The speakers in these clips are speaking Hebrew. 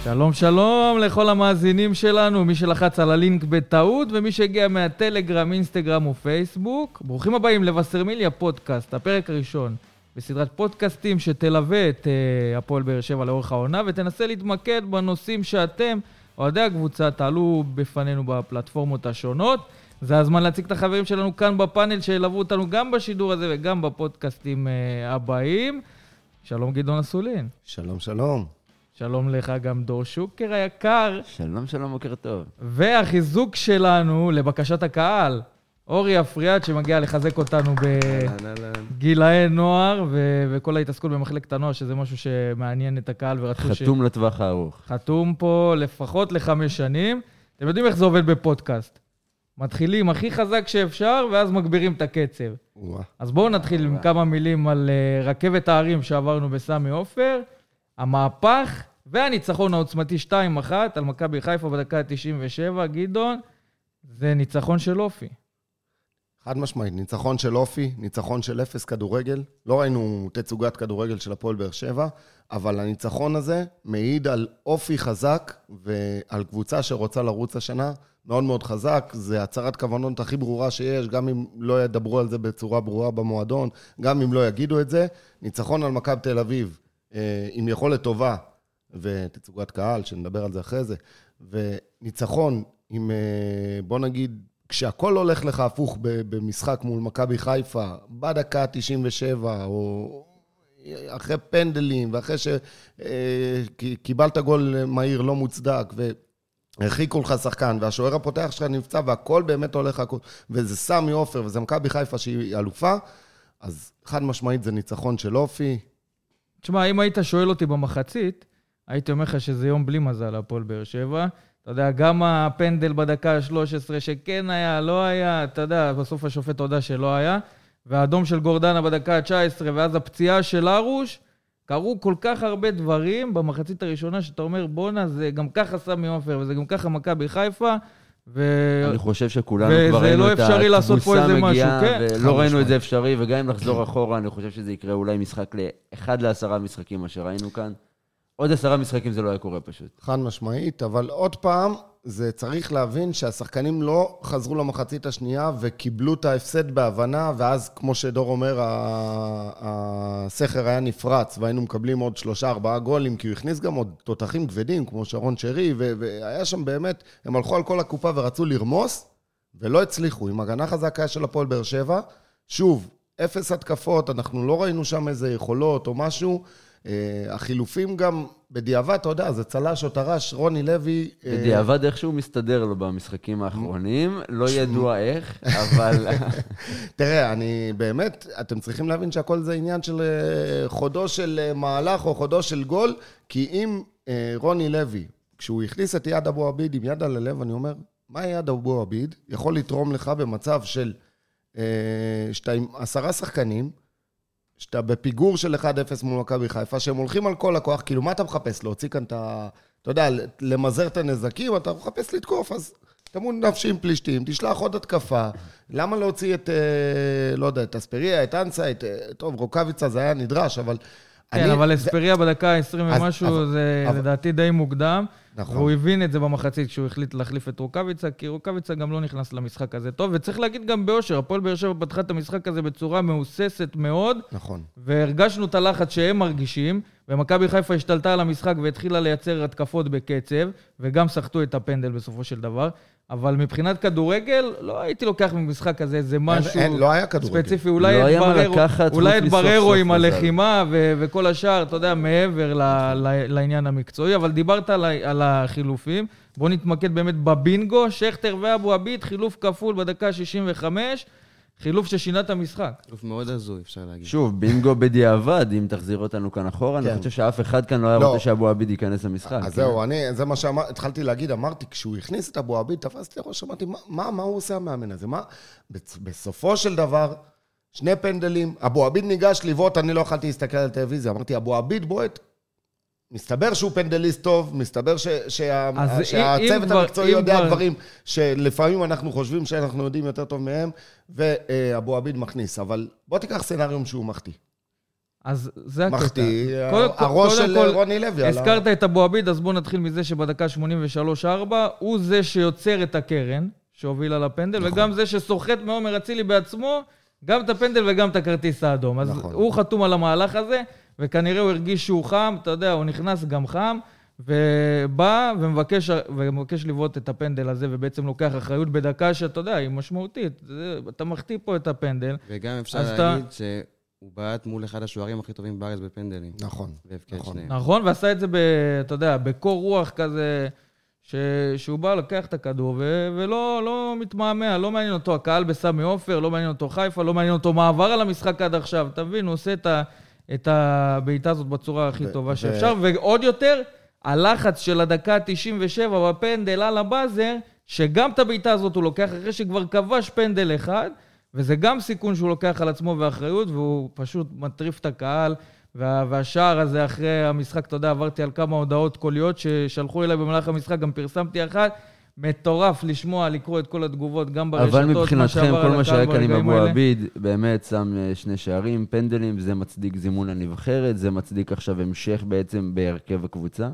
שלום שלום לכל המאזינים שלנו, מי שלחץ על הלינק בטעות ומי שהגיע מהטלגרם, אינסטגרם ופייסבוק. ברוכים הבאים לווסרמיליה פודקאסט, הפרק הראשון בסדרת פודקאסטים שתלווה את הפועל באר שבע לאורך העונה ותנסה להתמקד בנושאים שאתם, אוהדי הקבוצה, תעלו בפנינו בפלטפורמות השונות. זה הזמן להציג את החברים שלנו כאן בפאנל שילוו אותנו גם בשידור הזה וגם בפודקאסטים הבאים. שלום גדעון אסולין. שלום שלום. שלום לך גם דור שוקר היקר. שלום שלום, בוקר טוב. והחיזוק שלנו לבקשת הקהל, אורי אפריאט שמגיע לחזק אותנו בגילאי נוער וכל ההתעסקות במחלקת הנוער, שזה משהו שמעניין את הקהל ורצו חתום לטווח הארוך. חתום פה לפחות ל5 שנים. אתם יודעים איך זה עובד בפודקאסט. מתחילים הכי חזק שאפשר ואז מגבירים את הקצב. אז בואו נתחיל עם כמה מילים על רכבת הערים שעברנו בסמי עופר. המהפך והניצחון העוצמתי 2-1 על מכבי חיפה בדקה 97, גדעון, זה ניצחון של אופי. חד משמעית, ניצחון של אופי, ניצחון של 0 כדורגל. לא ראינו תצוגת כדורגל של הפועל באר שבע, אבל הניצחון הזה מעיד על אופי חזק ועל קבוצה שרוצה לרוץ השנה. מאוד מאוד חזק, זה הצהרת כוונות הכי ברורה שיש, גם אם לא ידברו על זה בצורה ברורה במועדון, גם אם לא יגידו את זה. ניצחון על מכבי תל אביב, עם יכולת טובה ותצוגת קהל, שנדבר על זה אחרי זה, וניצחון עם, בוא נגיד, כשהכל הולך לך הפוך במשחק מול מכבי חיפה, בדקה 97, או אחרי פנדלים, ואחרי שקיבלת גול מהיר לא מוצדק, והרחיקו לך שחקן, והשוער הפותח שלך נפצע, והכל באמת הולך, וזה סמי עופר, וזה מכבי חיפה שהיא אלופה, אז חד משמעית זה ניצחון של אופי. תשמע, אם היית שואל אותי במחצית, הייתי אומר לך שזה יום בלי מזל, הפועל באר שבע. אתה יודע, גם הפנדל בדקה ה-13 שכן היה, לא היה, אתה יודע, בסוף השופט הודע שלא היה, והאדום של גורדנה בדקה ה-19, ואז הפציעה של ארוש, קרו כל כך הרבה דברים במחצית הראשונה, שאתה אומר, בונה, זה גם ככה סמי עופר, וזה גם ככה מכבי חיפה, אני חושב שכולנו כבר ראינו את התבוסה מגיעה, ולא ראינו את זה אפשרי, וגם אם נחזור אחורה, אני חושב שזה יקרה אולי משחק ל1-10 משחקים, מה שראינו כאן. עוד 10 משחקים זה לא היה קורה פשוט. חד משמעית, אבל עוד פעם, זה צריך להבין שהשחקנים לא חזרו למחצית השנייה, וקיבלו את ההפסד בהבנה, ואז כמו שדור אומר, הסכר היה נפרץ, והיינו מקבלים עוד 3-4 גולים, כי הוא הכניס גם עוד תותחים כבדים, כמו שרון שרי, והיה שם באמת, הם הלכו על כל הקופה ורצו לרמוס, ולא הצליחו. עם הגנה חזקה של הפועל באר שבע, שוב, 0 התקפות, אנחנו לא ראינו שם איזה יכולות או משהו, החילופים גם בדיעבד, אתה יודע, זה צלש או תרש, רוני לוי. בדיעבד איכשהו מסתדר לו במשחקים האחרונים, לא ידוע איך, אבל... תראה, אני באמת, אתם צריכים להבין שהכל זה עניין של חודו של מהלך או חודו של גול, כי אם רוני לוי, כשהוא הכניס את יד אבו עביד עם יד על הלב, אני אומר, מה יד אבו עביד יכול לתרום לך במצב של 10 שחקנים, שאתה בפיגור של 1-0 מול מכבי חיפה, שהם הולכים על כל הכוח, כאילו מה אתה מחפש? להוציא כאן אתה יודע, למזר את הנזקים, אתה מחפש לתקוף, אז תמוד נפשים פלישתים, תשלח עוד התקפה, למה להוציא את, לא יודע, את אספריה, את אנסה, טוב, רוקביצה זה היה נדרש, אבל... כן, אבל אספריה בדקה 20 ומשהו, זה לדעתי די מוקדם, והוא הבין את זה במחצית כשהוא החליט להחליף את רוקביצה, כי רוקביצה גם לא נכנס למשחק הזה טוב, וצריך להגיד גם באושר, הפועל באר שבע פתחה את המשחק הזה בצורה מאוססת מאוד, נכון. והרגשנו את הלחץ שהם מרגישים, ומכבי חיפה השתלטה על המשחק והתחילה לייצר התקפות בקצב, וגם שחטו את הפנדל בסופו של דבר, אבל מבחינת כדורגל, לא הייתי לוקח ממשחק הזה איזה משהו לא היה כדורגל. ספציפי, אולי את בררו עם הלחימה וכל השאר, אתה יודע, מעבר לעניין המקצועי, אבל דיברת על החילופים, בוא נתמקד באמת בבינגו, שכטר ואבו עביד, חילוף כפול בדקה 65, חילוף ששינה את המשחק. חילוף מאוד הזוי, אפשר להגיד. שוב, בינגו בדיעבד, אם תחזיר אותנו כאן אחורה, אני חושב שאף אחד כאן לא היה רוצה שאבו עביד ייכנס למשחק. אז זהו, זה מה שהתחלתי להגיד, אמרתי, כשהוא הכניס את אבו עביד, תפסתי ראש, אמרתי, מה הוא עושה המאמן הזה? בסופו של דבר, 2 פנדלים, אבו עביד ניגש לבעוט, אני לא יכולתי להסתכל על טלוויזיה, אמרתי, אבו עביד בועט, מסתבר שהוא פנדליסט טוב, מסתבר שהצוות המקצועי יודע דברים שלפעמים אנחנו חושבים שאנחנו יודעים יותר טוב מהם, ואבו עביד מכניס. אבל בוא תיקח סנריום שהוא מחטיא. אז זה הקטע. מחטיא, הראש של רוני לוי. הזכרת את אבו עביד, אז בואו נתחיל מזה שבדקה 83-4, הוא זה שיוצר את הקרן, שהובילה לפנדל, וגם זה שסוחט מעומר אצילי בעצמו, גם את הפנדל וגם את הכרטיס האדום. אז הוא חתום על המהלך הזה, וכנראה הוא הרגיש שהוא חם, אתה יודע, הוא נכנס גם חם, ובא ומבקש לבעוט את הפנדל הזה, ובעצם לוקח אחריות בדקה שאתה יודע, היא משמעותית. אתה מחטיא פה את הפנדל. וגם אפשר להגיד שהוא בעט מול אחד השוערים הכי טובים בארץ בפנדלים. נכון. נכון, ועשה את זה, אתה יודע, בקור רוח כזה, שהוא בא לקח את הכדור, ולא מתמהמה, לא מעניין אותו הקהל בסמי עופר, לא מעניין אותו חיפה, לא מעניין אותו מה עבר על המשחק עד עכשיו. אתה מבין, הוא עושה את הבעיטה הזאת בצורה הכי טובה שאפשר, ועוד יותר, הלחץ של הדקה 97 בפנדל על הבאזר, שגם את הבעיטה הזאת הוא לוקח אחרי שכבר כבש פנדל אחד, וזה גם סיכון שהוא לוקח על עצמו באחריות, והוא פשוט מטריף את הקהל, והשער הזה אחרי המשחק, אתה יודע, עברתי על כמה הודעות קוליות ששלחו אליי במהלך המשחק, גם פרסמתי אחת, מטורף לשמוע, לקרוא את כל התגובות, גם ברשתות. אבל מבחינתכם, כל מה שהיה כאן עם אבו עביד, באמת שם 2 שערים, פנדלים, זה מצדיק זימון לנבחרת, זה מצדיק עכשיו המשך בעצם בהרכב הקבוצה?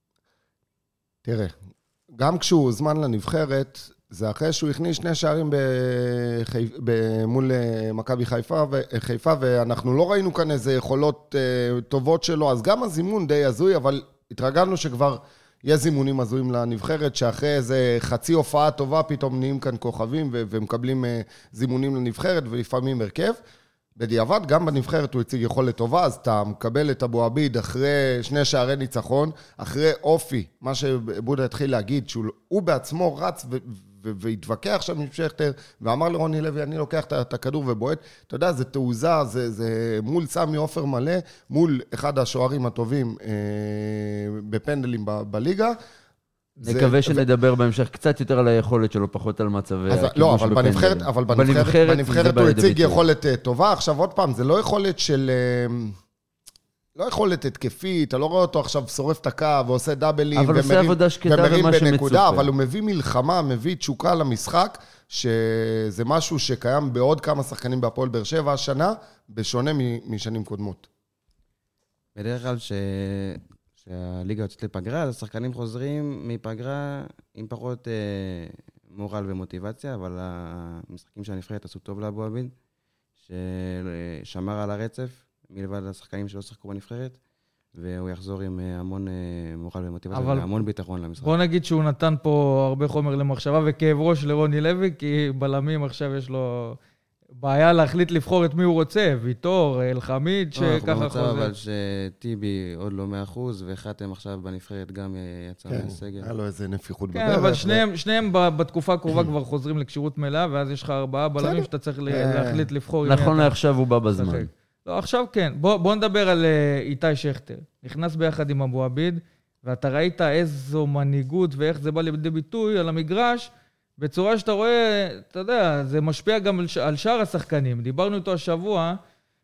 תראה, גם כשהוא הוזמן לנבחרת, זה אחרי שהוא הכניס 2 שערים מול מכבי חיפה, ואנחנו לא ראינו כאן איזה יכולות טובות שלו, אז גם הזימון די הזוי, אבל התרגלנו שכבר יש זימונים הזויים לנבחרת, שאחרי איזה חצי הופעה טובה פתאום נהיים כאן כוכבים, ומקבלים זימונים לנבחרת, ולפעמים הרכב. בדיעבד, גם בנבחרת הוא הציג יכולת טובה, אז אתה מקבל את אבו עביד אחרי 2 שערי ניצחון, אחרי אופי, מה שבודה התחיל להגיד, שהוא בעצמו רץ והתווכח שם עם שכטר, ואמר לרוני לוי, אני לוקח את הכדור ובועט. אתה יודע, זה תעוזה, זה מול סמי עופר מלא, מול אחד השוערים הטובים בפנדלים בליגה. נקווה שנדבר בהמשך קצת יותר על היכולת שלו, פחות על מצבי לא, אבל בנבחרת הוא הציג יכולת טובה. עכשיו עוד פעם, זה לא יכולת של... לא יכולת התקפית, אתה לא רואה אותו עכשיו שורף את הקו ועושה דאבלים ומרים בנקודה, אבל הוא מביא מלחמה, מביא תשוקה למשחק, שזה משהו שקיים בעוד כמה שחקנים בהפועל באר שבע השנה, בשונה משנים קודמות. בדרך כלל שהליגה יוצאת לפגרה, אז השחקנים חוזרים מפגרה עם פחות מורל ומוטיבציה, אבל המשחקים שהנבחרת עשו טוב לאבו עביד, ששמר על הרצף, מלבד השחקנים שלא שחקו בנבחרת, והוא יחזור עם המון מורל ומוטיבציה, והמון ביטחון למשחק. בוא נגיד שהוא נתן פה הרבה חומר למחשבה, וכאב ראש לרוני לוי, כי בלמים עכשיו יש לו בעיה להחליט לבחור את מי הוא רוצה, ויטור, אלחמיד, שככה חוזר. אבל שטיבי עוד לא 100%, וחתם עכשיו בנבחרת גם יצא מהסגל. היה לו איזה נפיחות בדרך. כן, אבל שניהם בתקופה הקרובה כבר חוזרים לקשירות מלאה, ואז יש לך 4 בלמים שאתה צריך להחליט לבחור. נכון, עכשיו הוא בא בזמן. לא, עכשיו כן. בוא נדבר על איתי שכטר. נכנס ביחד עם אבו עביד, ואתה ראית איזו מנהיגות ואיך זה בא לידי ביטוי על המגרש, בצורה שאתה רואה, אתה יודע, זה משפיע גם על שאר השחקנים. דיברנו איתו השבוע,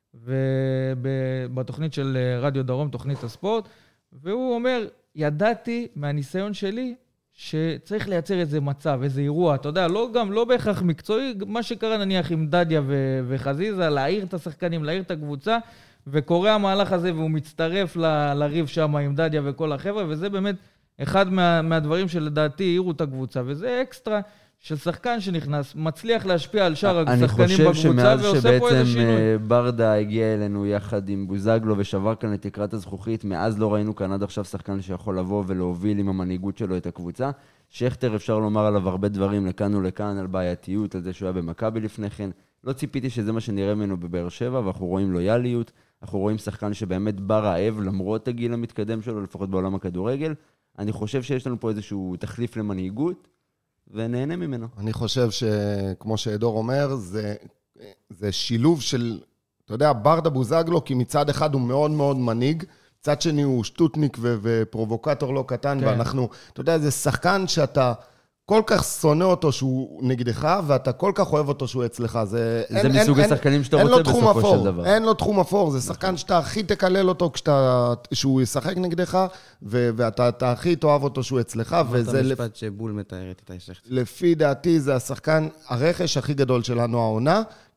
בתוכנית של רדיו דרום, תוכנית הספורט, והוא אומר, ידעתי מהניסיון שלי, שצריך לייצר איזה מצב, איזה אירוע, אתה יודע, לא בהכרח מקצועי, מה שקרה נניח עם דדיה וחזיזה, להעיר את השחקנים, להעיר את הקבוצה, וקורא המהלך הזה והוא מצטרף לריב שם עם דדיה וכל החבר'ה, וזה באמת אחד מהדברים שלדעתי העירו את הקבוצה, וזה אקסטרה של שחקן שנכנס, מצליח להשפיע על שאר השחקנים בקבוצה, ועושה פה איזה שינוי. אני חושב שמאז ברדה הגיע אלינו יחד עם בוזגלו ושבר כאן את תקרת הזכוכית, מאז לא ראינו כאן עד עכשיו שחקן שיכול לבוא ולהוביל עם המנהיגות שלו את הקבוצה. שכטר אפשר לומר עליו הרבה דברים לכאן ולכאן, על בעייתיות, על זה שהוא היה במכבי לפני כן. לא ציפיתי שזה מה שנראה ממנו בבאר שבע, ואנחנו רואים לויאליות, אנחנו רואים שחקן שבאמת בא רעב למרות הגיל המתקדם שלו, לפחות בעולם הכדורגל. אני חושב שיש לנו פה איזשהו תחליף למנהיגות, ונהנה ממנו. אני חושב שכמו שאדור אומר, זה שילוב של, אתה יודע, ברדה בוזגלו, כי מצד אחד הוא מאוד מאוד מנהיג, מצד שני הוא שטוטניק ופרובוקטור לא קטן, ואנחנו, אתה יודע, זה שחקן שאתה כל כך שונא אותו שהוא נגדך, ואתה כל כך אוהב אותו שהוא אצלך. זה מסוג השחקנים שאתה רוצה בסופו של דבר. אין לו תחום אפור, זה שחקן שאתה הכי תקלל אותו כשהוא ישחק נגדך, ואתה הכי תאהב אותו שהוא אצלך. וזה המשפט שבול מתאר את איתי שכטר. לפי דעתי זה השחקן, הרכש הכי גדול שלנו העונה,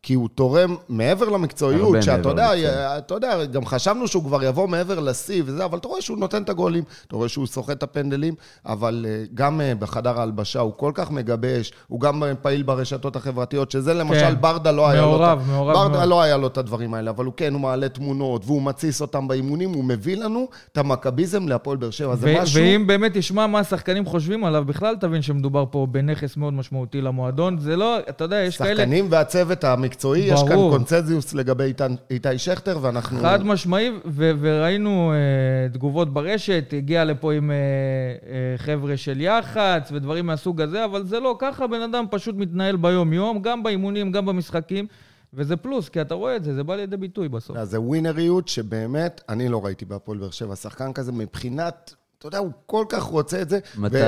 כי הוא תורם מעבר למקצועיות, שאתה יודע, גם חשבנו שהוא כבר יבוא מעבר לשיא וזה, אבל אתה רואה שהוא נותן את הגולים, אתה רואה שהוא סוחט את הפנדלים, אבל גם בחדר ההלבשה הוא כל כך מגבש, הוא גם פעיל ברשתות החברתיות, שזה למשל ברדה לא היה לו, ברדה לא היה לו את הדברים האלה, אבל הוא כן, הוא מעלה תמונות, והוא מציס אותם באימונים, הוא מביא לנו את המכביזם להפועל באר שבע, זה משהו... ואם באמת ישמע מה השחקנים חושבים עליו, בכלל תבין שמדובר פה בנכס מאוד משמעותי למועדון, זה לא, אתה יודע, יש כאלה... שחקנים והצוות המקצועי, יש כאן קונצנזיוס לגבי איתי שכטר, ואנחנו... חד משמעי, וראינו תגובות ברשת, הגיע לפה עם חבר'ה של יח"צ, ודברים מהסוג הזה, אבל זה לא, ככה בן אדם פשוט מתנהל ביום-יום, גם באימונים, גם במשחקים, וזה פלוס, כי אתה רואה את זה, זה בא לידי ביטוי בסוף. זה ווינריות שבאמת, אני לא ראיתי בהפועל באר שבע, שחקן כזה מבחינת, אתה יודע, הוא כל כך רוצה את זה,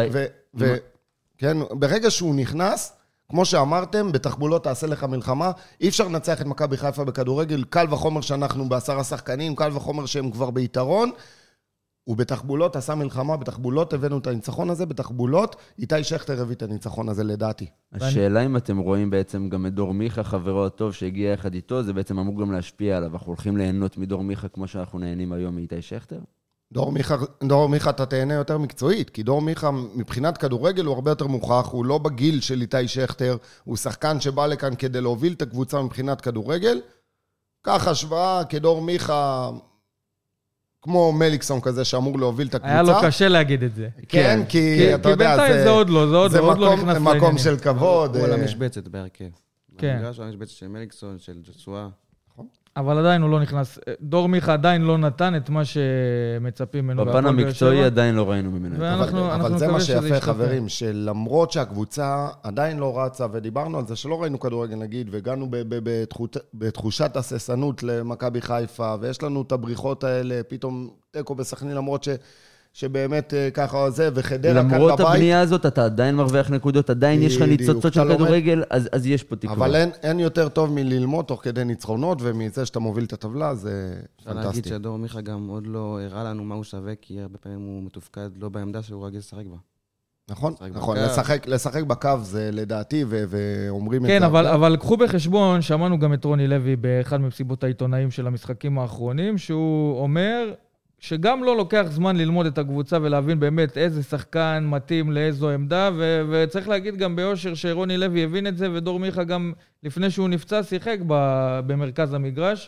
כן, ברגע שהוא נכנס, כמו שאמרתם, בתחבולות תעשה לך מלחמה, אי אפשר לנצח את מכבי חיפה בכדורגל, קל וחומר שאנחנו ב10 שחקנים, קל וחומר שהם כבר ביתרון, ובתחבולות עשה מלחמה, בתחבולות הבאנו את הניצחון הזה, בתחבולות איתי שכטר הביא את הניצחון הזה לדעתי. השאלה אם אתם רואים בעצם גם את דור מיכה, חברו הטוב שהגיע יחד איתו, זה בעצם אמור גם להשפיע עליו, אנחנו הולכים ליהנות מדור מיכה כמו שאנחנו נהנים היום מאיתי שכטר? דור מיכה אתה תהנה יותר מקצועית, כי דור מיכה מבחינת כדורגל הוא הרבה יותר מוכח, הוא לא בגיל של איתי שכטר, הוא שחקן שבא לכאן כדי להוביל את הקבוצה מבחינת כדורגל, כך השוואה כדור מיכה, כמו מליקסון כזה שאמור להוביל את הקבוצה. היה לו קשה להגיד את זה. כן, כי אתה יודע, זה עוד לא נכנס לעניין. זה מקום של כבוד. הוא על המשבצת בהרכב. כן. במגרש הוא על המשבצת של מליקסון, של ג'וסואה. אבל עדיין הוא לא נכנס, דור מיכה עדיין לא נתן את מה שמצפים ממנו. בפן המקצועי עדיין לא ראינו ממנו. אבל זה מה שיפה, חברים, שלמרות שהקבוצה עדיין לא רצה, ודיברנו על זה שלא ראינו כדורגל נגיד, והגענו בתחושת הססנות למכבי חיפה, ויש לנו את הבריחות האלה, פתאום תיקו בסכנין, למרות שבאמת ככה זה, וחדרה כאן בבית. למרות הבנייה הזאת, אתה עדיין מרוויח נקודות, עדיין יש לך ניצוצות של כדורגל, אז יש פה תקווה. אבל אין יותר טוב מללמוד תוך כדי ניצחונות, ומזה שאתה מוביל את הטבלה, זה פנטסטי. אפשר להגיד שהדור מיכה גם עוד לא הראה לנו מה הוא שווה, כי הרבה פעמים הוא מתופקד לא בעמדה שהוא רגיל לשחק בה. נכון, לשחק בקו זה לדעתי, ואומרים את זה. כן, אבל קחו בחשבון, שמענו גם את רוני לוי באחד ממסיבות העיתונאים של המשחקים האחרונים, שהוא אומר שגם לא לוקח זמן ללמוד את הקבוצה ולהבין באמת איזה שחקן מתאים לאיזו עמדה, וצריך להגיד גם ביושר שרוני לוי הבין את זה, ודור מיכה גם לפני שהוא נפצע שיחק במרכז המגרש,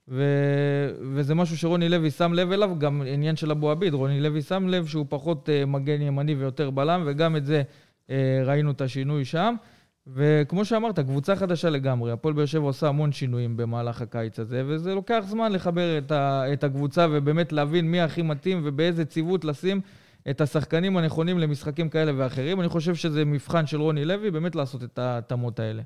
וזה משהו שרוני לוי שם לב אליו, גם עניין של אבו עביד, רוני לוי שם לב שהוא פחות מגן ימני ויותר בלם, וגם את זה ראינו את השינוי שם. וכמו שאמרת, קבוצה חדשה לגמרי, הפועל באר שבע עושה המון שינויים במהלך הקיץ הזה, וזה לוקח זמן לחבר את הקבוצה, ובאמת להבין מי הכי מתאים ובאיזה ציוות לשים את השחקנים הנכונים למשחקים כאלה ואחרים. אני חושב שזה מבחן של רוני לוי, באמת לעשות את התאמות האלה.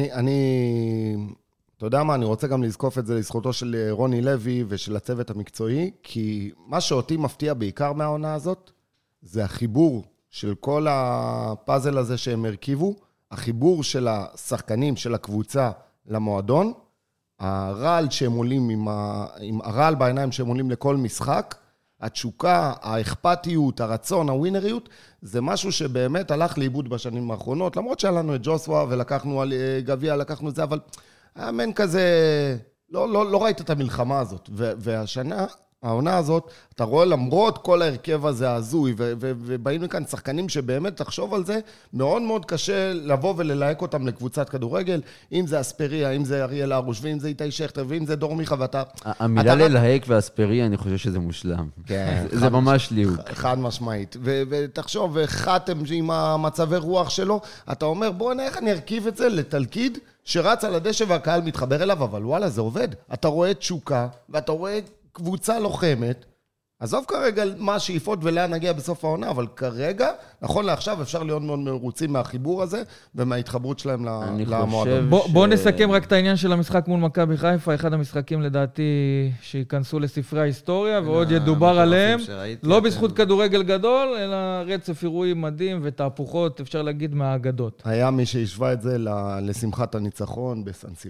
אתה יודע מה, אני רוצה גם לזקוף את זה לזכותו של רוני לוי ושל הצוות המקצועי, כי מה שאותי מפתיע בעיקר מהעונה הזאת, זה החיבור של כל הפאזל הזה שהם הרכיבו, החיבור של השחקנים, של הקבוצה למועדון, הרעל שהם עולים עם הרעל בעיניים שהם עולים לכל משחק, התשוקה, האכפתיות, הרצון, הווינריות, זה משהו שבאמת הלך לאיבוד בשנים האחרונות, למרות שהיה לנו את ג'וסווה ולקחנו על גביע, לקחנו את זה, אבל האמן כזה, לא ראית את המלחמה הזאת, והשנה, העונה הזאת, אתה רואה למרות כל ההרכב הזה הזוי, ובאים לכאן שחקנים שבאמת תחשוב על זה, מאוד מאוד קשה לבוא וללהק אותם לקבוצת כדורגל, אם זה אספריה, אם זה אריאל ארוש, ואם זה איתי שכטר, ואם זה דור מיכה, ואתה... המילה ללהק ואספריה, אני חושב שזה מושלם. כן. זה ממש ליהוק. חד משמעית. ותחשוב, וחתם עם המצבי רוח שלו, אתה אומר, בוא נראה איך אני ארכיב את זה לתלכיד, שרץ על הדשא והקהל מתחבר אליו, אבל וואלה, זה עובד. אתה רואה תשוקה, ואתה רואה קבוצה לוחמת, עזוב כרגע מה השאיפות ולאן נגיע בסוף העונה, אבל כרגע, נכון לעכשיו, אפשר להיות מאוד מרוצים מהחיבור הזה, ומההתחברות שלהם למועדון. בואו נסכם רק את העניין של המשחק מול מכבי חיפה, אחד המשחקים לדעתי שיכנסו לספרי ההיסטוריה, ועוד ידובר עליהם, לא בזכות כדורגל גדול, אלא רצף אירועים מדהים ותהפוכות, אפשר להגיד מהאגדות. היה מי שהשווה את זה לשמחת הניצחון בסנסירו.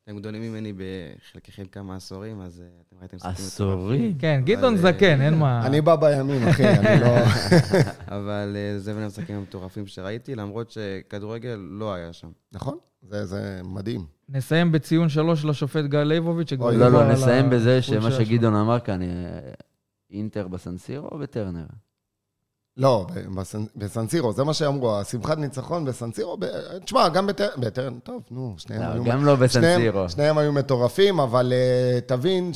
אתם גדולים ממני בחלקכם כמה עשורים, אז אתם ראיתם משחקים עשורים? כן, גדעון זקן, אין מה. אני בא בימים, אחי, אני לא... אבל זה בין המשחקים המטורפים שראיתי, למרות שכדורגל לא היה שם. נכון, זה מדהים. נסיים בציון 3 לשופט גל ליבוביץ'. לא, נסיים בזה שמה שגדעון אמר כאן, אינטר בסנסירו או בטרנר? לא, בסנסירו, זה מה שאמרו, השמחת ניצחון בסנסירו, תשמע, גם בטרנר, טוב, נו, שניהם היו... גם לא בסנסירו. שניהם היו מטורפים, אבל תבין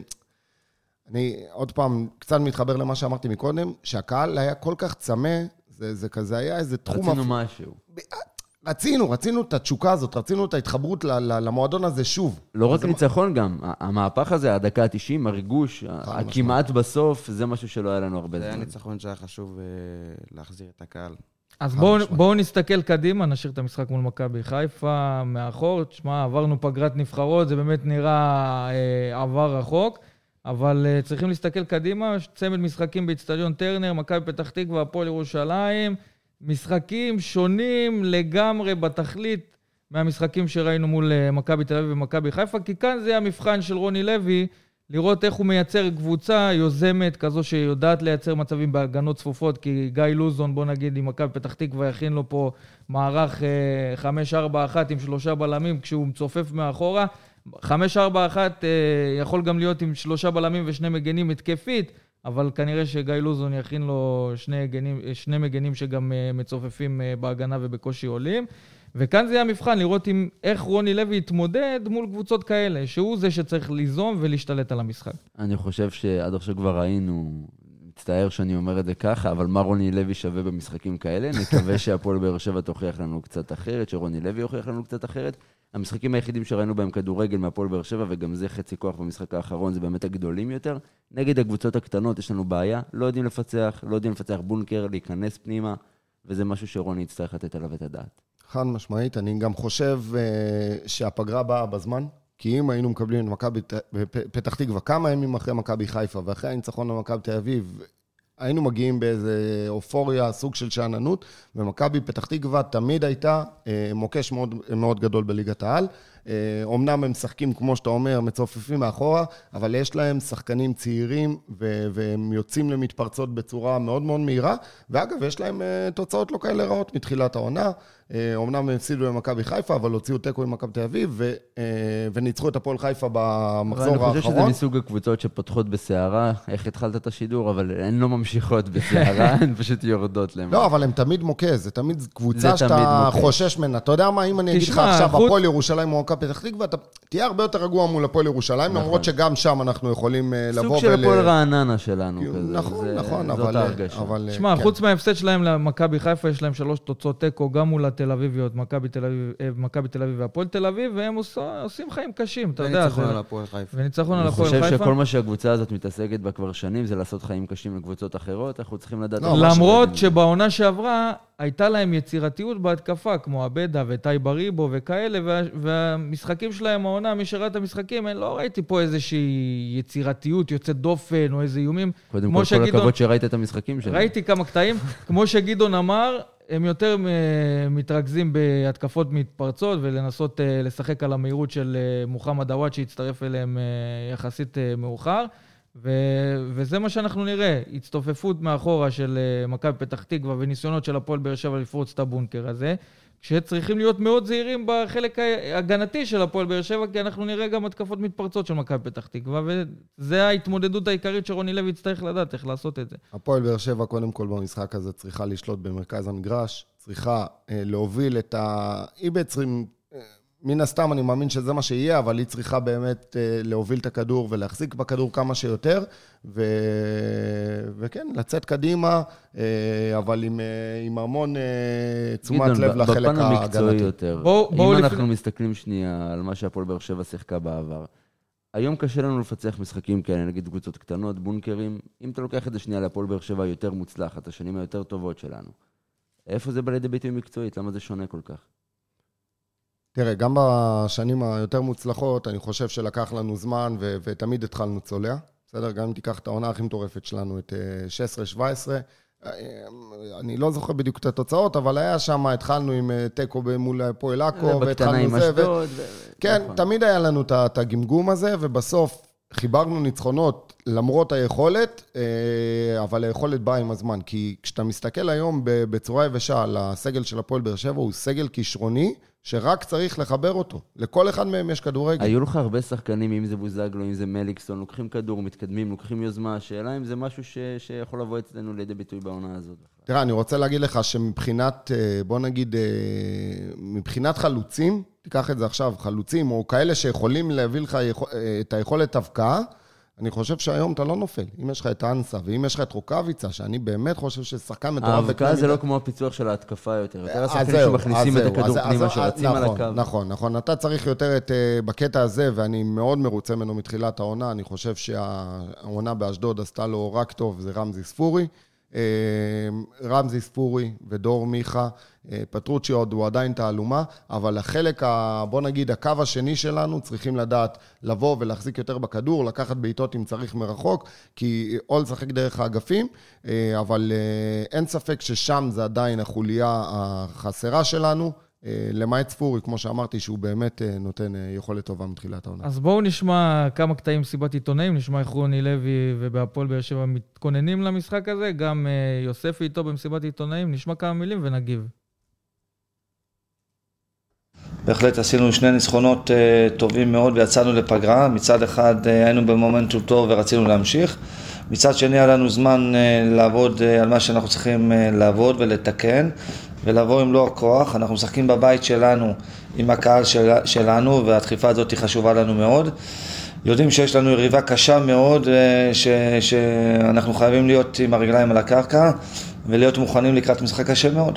אני עוד פעם קצת מתחבר למה שאמרתי מקודם, שהקהל היה כל כך צמא, זה כזה היה איזה תחום... רצינו משהו. רצינו את התשוקה הזאת, רצינו את ההתחברות למועדון הזה שוב. לא רק ניצחון גם, המהפך הזה, הדקה ה-90, הריגוש, הכמעט בסוף, זה משהו שלא היה לנו הרבה זמן. זה היה ניצחון שהיה חשוב להחזיר את הקהל. אז בואו נסתכל קדימה, נשאיר את המשחק מול מכבי חיפה מאחור. תשמע, עברנו פגרת נבחרות, זה באמת נראה עבר רחוק, אבל צריכים להסתכל קדימה, צמד משחקים באצטדיון טרנר, מכבי פתח תקווה, הפועל ירושלים, משחקים שונים לגמרי בתכלית מהמשחקים שראינו מול מכבי תל אביב ומכבי חיפה, כי כאן זה המבחן של רוני לוי, לראות איך הוא מייצר קבוצה יוזמת, כזו שיודעת לייצר מצבים בהגנות צפופות, כי גיא לוזון, בוא נגיד, עם מכבי פתח תקווה, יכין לו פה מערך 5-4-1 עם 3 בלמים, כשהוא מצופף מאחורה. 5-4-1 יכול גם להיות עם 3 בלמים ו2 מגנים התקפית, אבל כנראה שגיא לוזון יכין לו 2 מגנים שגם מצופפים בהגנה ובקושי עולים. וכאן זה המבחן, לראות איך רוני לוי יתמודד מול קבוצות כאלה, שהוא זה שצריך ליזום ולהשתלט על המשחק. אני חושב שעד עכשיו כבר ראינו, מצטער שאני אומר את זה ככה, אבל מה רוני לוי שווה במשחקים כאלה? נקווה שהפועל באר שבע תוכיח לנו קצת אחרת, שרוני לוי יוכיח לנו קצת אחרת. המשחקים היחידים שראינו בהם כדורגל מהפועל באר שבע, וגם זה חצי כוח במשחק האחרון, זה באמת הגדולים יותר. נגד הקבוצות הקטנות יש לנו בעיה, לא יודעים לפצח בונקר, להיכנס פנימה, וזה משהו שרוני יצטרך לתת עליו את הדעת. חד משמעית, אני גם חושב שהפגרה באה בזמן, כי אם היינו מקבלים את מכבי פתח תקווה כמה ימים אחרי מכבי חיפה, ואחרי הניצחון למכבי תל אביב, היינו מגיעים באיזה אופוריה, סוג של שעננות, ומכבי פתח תקווה תמיד הייתה מוקש מאוד, מאוד גדול בליגת העל. אומנם הם משחקים, כמו שאתה אומר, מצופפים מאחורה, אבל יש להם שחקנים צעירים, והם יוצאים למתפרצות בצורה מאוד מאוד מהירה, ואגב, יש להם תוצאות לא כאלה רעות מתחילת העונה. אומנם הם הפסידו למכבי חיפה, אבל הוציאו תיקו עם מכבי תל אביב, וניצחו את הפועל חיפה במחזור האחרון. אני חושב שזה מסוג הקבוצות שפותחות בסערה, איך התחלת את השידור, אבל הן לא ממשיכות בסערה, הן פשוט יורדות להם. לא, אבל הן תמיד מוקז, זה תמיד קבוצה שאתה חושש ממנה. אתה יודע מה, אם אני אגיד לך עכשיו, הפועל ירושלים או מכבי פתח תקווה, אתה תהיה הרבה יותר רגוע מול הפועל ירושלים, למרות שגם שם אנחנו יכולים לבוא סוג של הפועל רעננה שלנו כזה. נכון, אבל... תשמע, חוץ מההפסד שלהם למכבי חיפה, יש להם 3 תוצאות תיקו, גם מול התל אביביות, מכבי תל אביב והפועל תל אביב, והם עושים חיים קשים, אתה יודע. וניצחון על הפועל חיפה. אני חושב שכל מה שהקבוצה הזאת מתעסקת בה כבר שנים, זה לעשות חיים קשים לקבוצות אחרות, אנחנו צריכים לדעת... למרות שבעונה שעברה, הייתה להם יצירתיות בהתקפה, כמו אבדה וטי בריבו וכאלה, והמשחקים שלהם, העונה, מי שראה את המשחקים, לא ראיתי פה איזושהי יצירתיות, יוצאת דופן או איזה איומים. קודם כל הכבוד שראית את המשחקים שלהם. ראיתי כמה קטעים, כמו שגדעון אמר, הם יותר מתרכזים בהתקפות מתפרצות, ולנסות לשחק על המהירות של מוחמד עוואד, שהצטרף אליהם יחסית מאוחר, וזה מה שאנחנו נראה, הצטופפות מאחורה של מכבי פתח תקווה, וניסיונות של הפועל באר שבע לפרוץ את הבונקר הזה, שצריכים להיות מאוד זהירים בחלק ההגנתי של הפועל באר שבע, כי אנחנו נראה גם התקפות מתפרצות של מכבי פתח תקווה, וזה ההתמודדות העיקרית שרוני לוי יצטרך לדעת איך לעשות את זה. הפועל באר שבע קודם כל במשחק הזה צריכה לשלוט במרכז המגרש, צריכה להוביל את היא בעצם, מן הסתם אני מאמין שזה מה שיהיה, אבל היא צריכה באמת להוביל את הכדור ולהחזיק בכדור כמה שיותר, וכן, לצאת קדימה, אבל עם המון תשומת לב לחלק ההגנתי. אם אנחנו מסתכלים שנייה על מה שהפועל באר שבע שיחקה בעבר, היום קשה לנו לפצח משחקים כאלה, נגיד קבוצות קטנות, בונקרים, אם אתה לוקח את זה שנייה להפועל באר שבע יותר מוצלחת, השנים היותר טובות שלנו. איפה זה בא לידי ביטוי מקצועית? למה זה שונה כל כך? תראה, גם בשנים היותר מוצלחות, אני חושב שלקח לנו זמן ותמיד התחלנו צולע. בסדר? גם אם תיקח את העונה הכי מטורפת שלנו, את 16-17, אני לא זוכר בדיוק את התוצאות, אבל היה שם, התחלנו עם טקו מול הפועל עכו, והתחלנו עם אשדוד. כן, תמיד היה לנו את הגמגום הזה, ובסוף חיברנו ניצחונות למרות היכולת, אבל היכולת באה עם הזמן, כי כשאתה מסתכל היום בצורה יבשה על הסגל של הפועל באר שבע, הוא סגל כישרוני, שרק צריך לחבר אותו. לכל אחד מהם יש כדורגל. היו לך הרבה שחקנים, אם זה בוזגלו, אם זה מליקסון, לוקחים כדור, מתקדמים, לוקחים יוזמה, השאלה אם זה משהו שיכול לבוא אצלנו לידי ביטוי בעונה הזאת. תראה, אני רוצה להגיד לך שמבחינת, בוא נגיד, מבחינת חלוצים, תיקח את זה עכשיו, חלוצים, או כאלה שיכולים להביא לך את היכולת הבקעה, אני חושב שהיום אתה לא נופל. אם יש לך את אנסה, ואם יש לך את רוקאביצה, שאני באמת חושב ששחקן מטורף... ההבקעה זה לא כמו הפיצוח של ההתקפה יותר. יותר השחקנים שמכניסים את הכדור פנימה שרצים על הקו. נכון. אתה צריך יותר בקטע הזה, ואני מאוד מרוצה ממנו מתחילת העונה. אני חושב שהעונה באשדוד עשתה לו רק טוב, זה רמזי ספורי. רמזי ספורי ודור מיכה, פטרוצ'י עוד הוא עדיין תעלומה, אבל החלק, בוא נגיד, הקו השני שלנו, צריכים לדעת לבוא ולהחזיק יותר בכדור, לקחת בעיטות אם צריך מרחוק, כי או לשחק דרך האגפים, אבל אין ספק ששם זה עדיין החוליה החסרה שלנו, למעט ספורי, כמו שאמרתי, שהוא באמת נותן יכולת טובה מתחילת העונה. אז בואו נשמע כמה קטעים מסיבת עיתונאים, נשמע איך רוני לוי ובהפועל באר שבע מתכוננים למשחק הזה, גם יוספי איתו במסיבת עיתונאים, נשמע כמה מילים ונגיב. בהחלט עשינו שני ניצחונות טובים מאוד ויצאנו לפגרה. מצד אחד היינו במומנטום טוב ורצינו להמשיך. מצד שני היה לנו זמן לעבוד על מה שאנחנו צריכים לעבוד ולתקן ולבוא עם לא הכוח. אנחנו משחקים בבית שלנו עם הקהל שלנו והדחיפה הזאת היא חשובה לנו מאוד. יודעים שיש לנו יריבה קשה מאוד שאנחנו חייבים להיות עם הרגליים על הקרקע ולהיות מוכנים לקראת משחק קשה מאוד.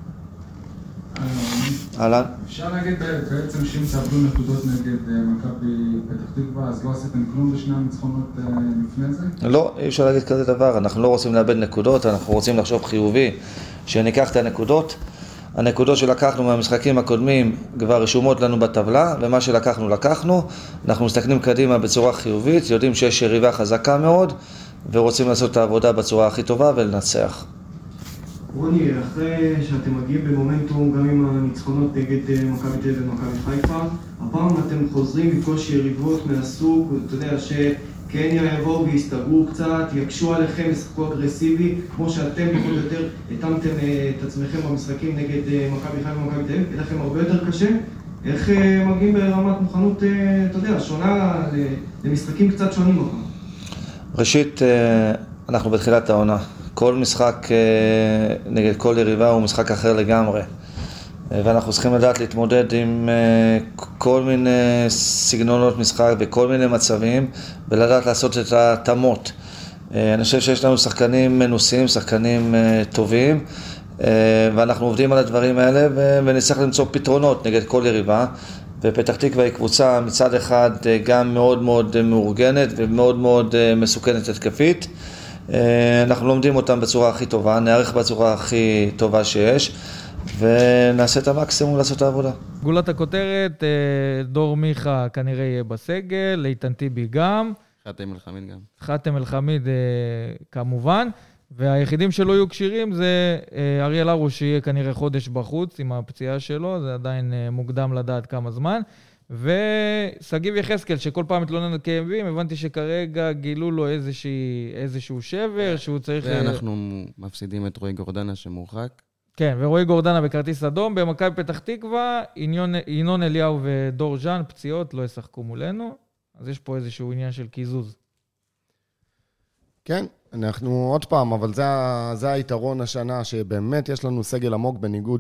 אפשר להגיד בעצם שאם תעבדו נקודות נגד מכבי פתח תקווה, אז לא עשיתם כלום בשני הניצחונות לפני זה? לא, אי אפשר להגיד כזה דבר. אנחנו לא רוצים לאבד נקודות, אנחנו רוצים לחשוב חיובי שניקח את הנקודות. הנקודות שלקחנו מהמשחקים הקודמים כבר רשומות לנו בטבלה, ומה שלקחנו לקחנו. אנחנו מסתכלים קדימה בצורה חיובית, יודעים שיש יריבה חזקה מאוד, ורוצים לעשות את העבודה בצורה הכי טובה ולנצח. רוני, אחרי שאתם מגיעים במומנטום גם עם הניצחונות נגד מכבי תל אביב ומכבי חיפה, הפעם אתם חוזרים לפגוש יריבות מהסוג, אתה יודע, שקניה יבואו ויסתגרו קצת, יקשו עליכם, ישחקו אגרסיבי, כמו שאתם בכל יותר התאמתם את עצמכם במשחקים נגד מכבי חיפה ומכבי תל אביב, יהיה לכם הרבה יותר קשה. איך מגיעים ברמת מוכנות, אתה יודע, שונה למשחקים קצת שונים הפעם? ראשית, אנחנו בתחילת העונה. כל משחק נגד כל יריבה הוא משחק אחר לגמרי. ואנחנו צריכים לדעת להתמודד עם כל מיני סגנונות משחק וכל מיני מצבים, ולדעת לעשות את התאמות. אני חושב שיש לנו שחקנים מנוסים, שחקנים טובים, ואנחנו עובדים על הדברים האלה, ונצטרך למצוא פתרונות נגד כל יריבה. ופתח תקווה היא קבוצה מצד אחד גם מאוד מאוד מאורגנת ומאוד מאוד מסוכנת התקפית. אנחנו לומדים אותם בצורה הכי טובה, נערך בצורה הכי טובה שיש, ונעשה את המקסימום לעשות את העבודה. גולת הכותרת, דור מיכה כנראה יהיה בסגל, איתן טיבי גם. חתם אל-חמיד גם. חתם אל-חמיד כמובן, והיחידים שלא יהיו קשירים זה אריאל הרוש שיהיה כנראה חודש בחוץ עם הפציעה שלו, זה עדיין מוקדם לדעת כמה זמן. וסגיב יחזקאל, שכל פעם מתלונן על כאבים, הבנתי שכרגע גילו לו איזשהו שבר, שהוא צריך... ואנחנו מפסידים את רועי גורדנה שמורחק. כן, ורועי גורדנה בכרטיס אדום, במכבי פתח תקווה, ינון אליהו ודור ז'אן, פציעות, לא ישחקו מולנו, אז יש פה איזשהו עניין של קיזוז. כן, אנחנו עוד פעם, אבל זה היתרון השנה, שבאמת יש לנו סגל עמוק בניגוד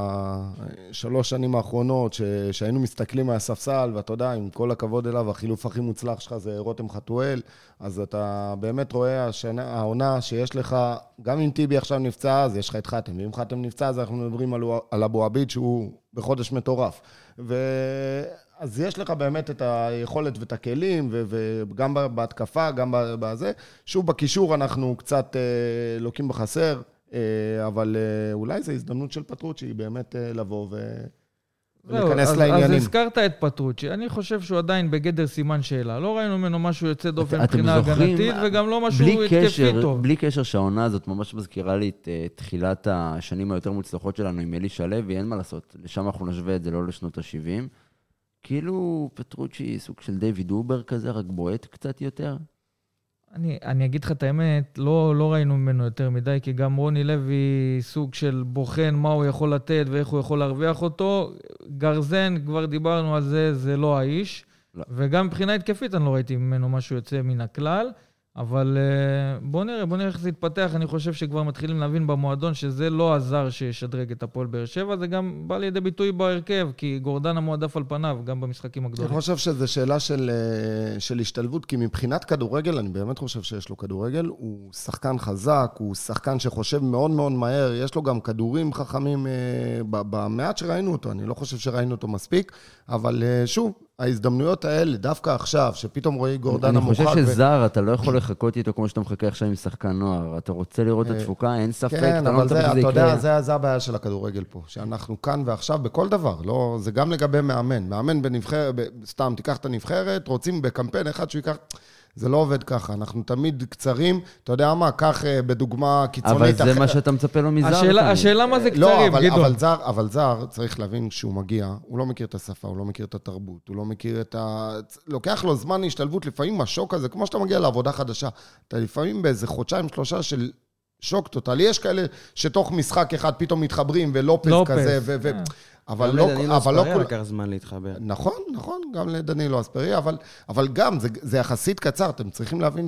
לשלוש שנים האחרונות, שהיינו מסתכלים מהספסל, ואתה יודע, עם כל הכבוד אליו, החילוף הכי מוצלח שלך זה רותם חתואל, אז אתה באמת רואה העונה שיש לך, גם אם טיבי עכשיו נפצע, אז יש לך את חתם, ואם חתם נפצע, אז אנחנו מדברים על אבו עביד, שהוא בחודש מטורף. אז יש לך באמת את היכולת ואת הכלים, וגם בהתקפה, גם בזה. שוב, בקישור אנחנו קצת לוקים בחסר, אבל אולי זו הזדמנות של פטרוצ'י באמת לבוא וניכנס לעניינים. אז הזכרת את פטרוצ'י, אני חושב שהוא עדיין בגדר סימן שאלה. לא ראינו ממנו משהו יוצא דופן מבחינה הגנתית, וגם לא משהו התקפי טוב. בלי קשר שהעונה הזאת ממש מזכירה לי את תחילת השנים היותר מוצלחות שלנו עם אלישע לוי, אין מה לעשות. לשם אנחנו נשווה את זה לא לשנות ה-70. כאילו פטרוצ'י סוג של דיוויד אובר כזה, רק בועט קצת יותר. אני אגיד לך את האמת, לא ראינו ממנו יותר מדי, כי גם רוני לוי סוג של בוחן מה הוא יכול לתת ואיך הוא יכול להרוויח אותו. גרזן, כבר דיברנו על זה, זה לא האיש. לא. וגם מבחינה התקפית אני לא ראיתי ממנו משהו יוצא מן הכלל. אבל בוא נראה איך זה יתפתח. אני חושב שכבר מתחילים להבין במועדון שזה לא הזר שישדרג את הפועל באר שבע, זה גם בא לידי ביטוי בהרכב, כי גורדנה מועדף על פניו, גם במשחקים הגדולים. אני חושב שזו שאלה של השתלבות, כי מבחינת כדורגל, אני באמת חושב שיש לו כדורגל, הוא שחקן חזק, הוא שחקן שחושב מאוד מאוד מהר, יש לו גם כדורים חכמים במעט שראינו אותו, אני לא חושב שראינו אותו מספיק, אבל שוב, ההזדמנויות האלה, דווקא עכשיו, שפתאום רואה גורדנה מוחק... אני חושב שזר, אתה לא יכול לחכות איתו כמו שאתה מחכה עכשיו עם שחקן נוער. אתה רוצה לראות את התפוקה, אין ספק, כן, אבל אתה יודע, זה הבעיה של הכדורגל פה, שאנחנו כאן ועכשיו בכל דבר, זה גם לגבי מאמן. מאמן בנבחרת, סתם, תיקח את הנבחרת, רוצים בקמפיין אחד שהוא ייקח... זה לא עובד ככה, אנחנו תמיד קצרים, אתה יודע מה, כך בדוגמה קיצונית... אבל זה מה שאתה מצפה לו מזר. השאלה מה זה קצרים, גדעון. אבל זר צריך להבין שהוא מגיע, הוא לא מכיר את השפה, הוא לא מכיר את התרבות, הוא לא מכיר את לוקח לו זמן להשתלבות, לפעמים השוק הזה, כמו שאתה מגיע לעבודה חדשה, אתה לפעמים באיזה חודשיים, 3 של שוק טוטלי, יש כאלה שתוך משחק אחד פתאום מתחברים, ולופס כזה, אבל לא... לדנילו אספריה לקח זמן להתחבר. נכון, גם לדנילו אספריה, אבל גם, זה יחסית קצר, אתם צריכים להבין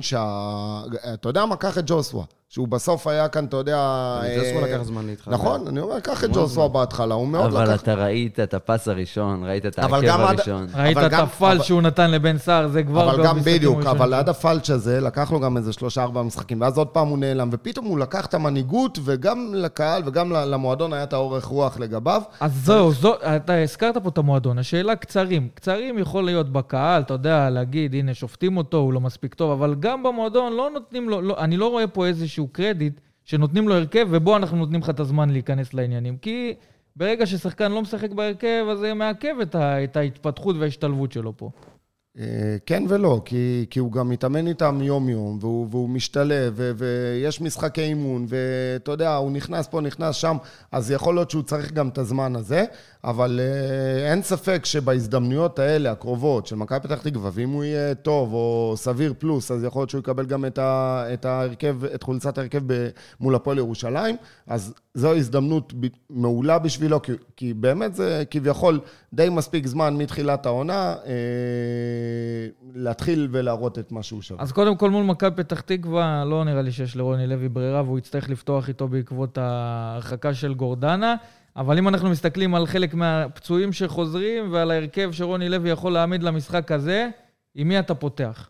אתה יודע מה, קח את ג'וסווה, שהוא בסוף היה כאן, אתה יודע... ג'וסווה לקח זמן להתחבר. נכון, אני אומר, קח את ג'וסווה בהתחלה, הוא מאוד לקח... אבל אתה ראית את הפס הראשון, ראית את העקב הראשון. ראית את הפלט שהוא נתן לבן סער, זה כבר... אבל גם בדיוק, אבל עד הפלט הזה, לקח לו גם איזה 3-4 משחקים, ואז עוד פעם הוא נעלם, ופתאום הוא לקח את המנהיגות, וגם לקהל, וגם למועדון היה את האורך רוח לגביו. אז זהו, אתה הזכרת פה את המועדון, השאלה קצרים. קצרים יכול להיות בקהל, אתה יודע, להגיד, הנה, שופטים אותו, הוא לא מספיק טוב, אבל גם במועדון לא נותנים לו, אני לא רואה פה איזשהו קרדיט שנותנים לו הרכב, ובו אנחנו נותנים לך את הזמן להיכנס לעניינים. כי ברגע ששחקן לא משחק בהרכב, אז זה מעכב את ההתפתחות וההשתלבות שלו פה. כן ולא, כי הוא גם מתאמן איתם יום-יום, והוא משתלב, ויש משחקי אימון, ואתה יודע, הוא נכנס פה, נכנס שם, אז יכול להיות שהוא צריך גם את הזמן הזה, אבל אין ספק שבהזדמנויות האלה, הקרובות של מכבי פתח תקווה, ואם הוא יהיה טוב או סביר פלוס, אז יכול להיות שהוא יקבל גם את ההרכב, את חולצת ההרכב מול הפועל ירושלים, אז זו הזדמנות מעולה בשבילו, כי באמת זה כביכול די מספיק זמן מתחילת העונה, להתחיל ולהראות את מה שהוא שווה. אז קודם כל מול מכבי פתח תקווה, לא נראה לי שיש לרוני לוי ברירה, והוא יצטרך לפתוח איתו בעקבות ההרחקה של גורדנה, אבל אם אנחנו מסתכלים על חלק מהפצועים שחוזרים, ועל ההרכב שרוני לוי יכול להעמיד למשחק הזה, עם מי אתה פותח?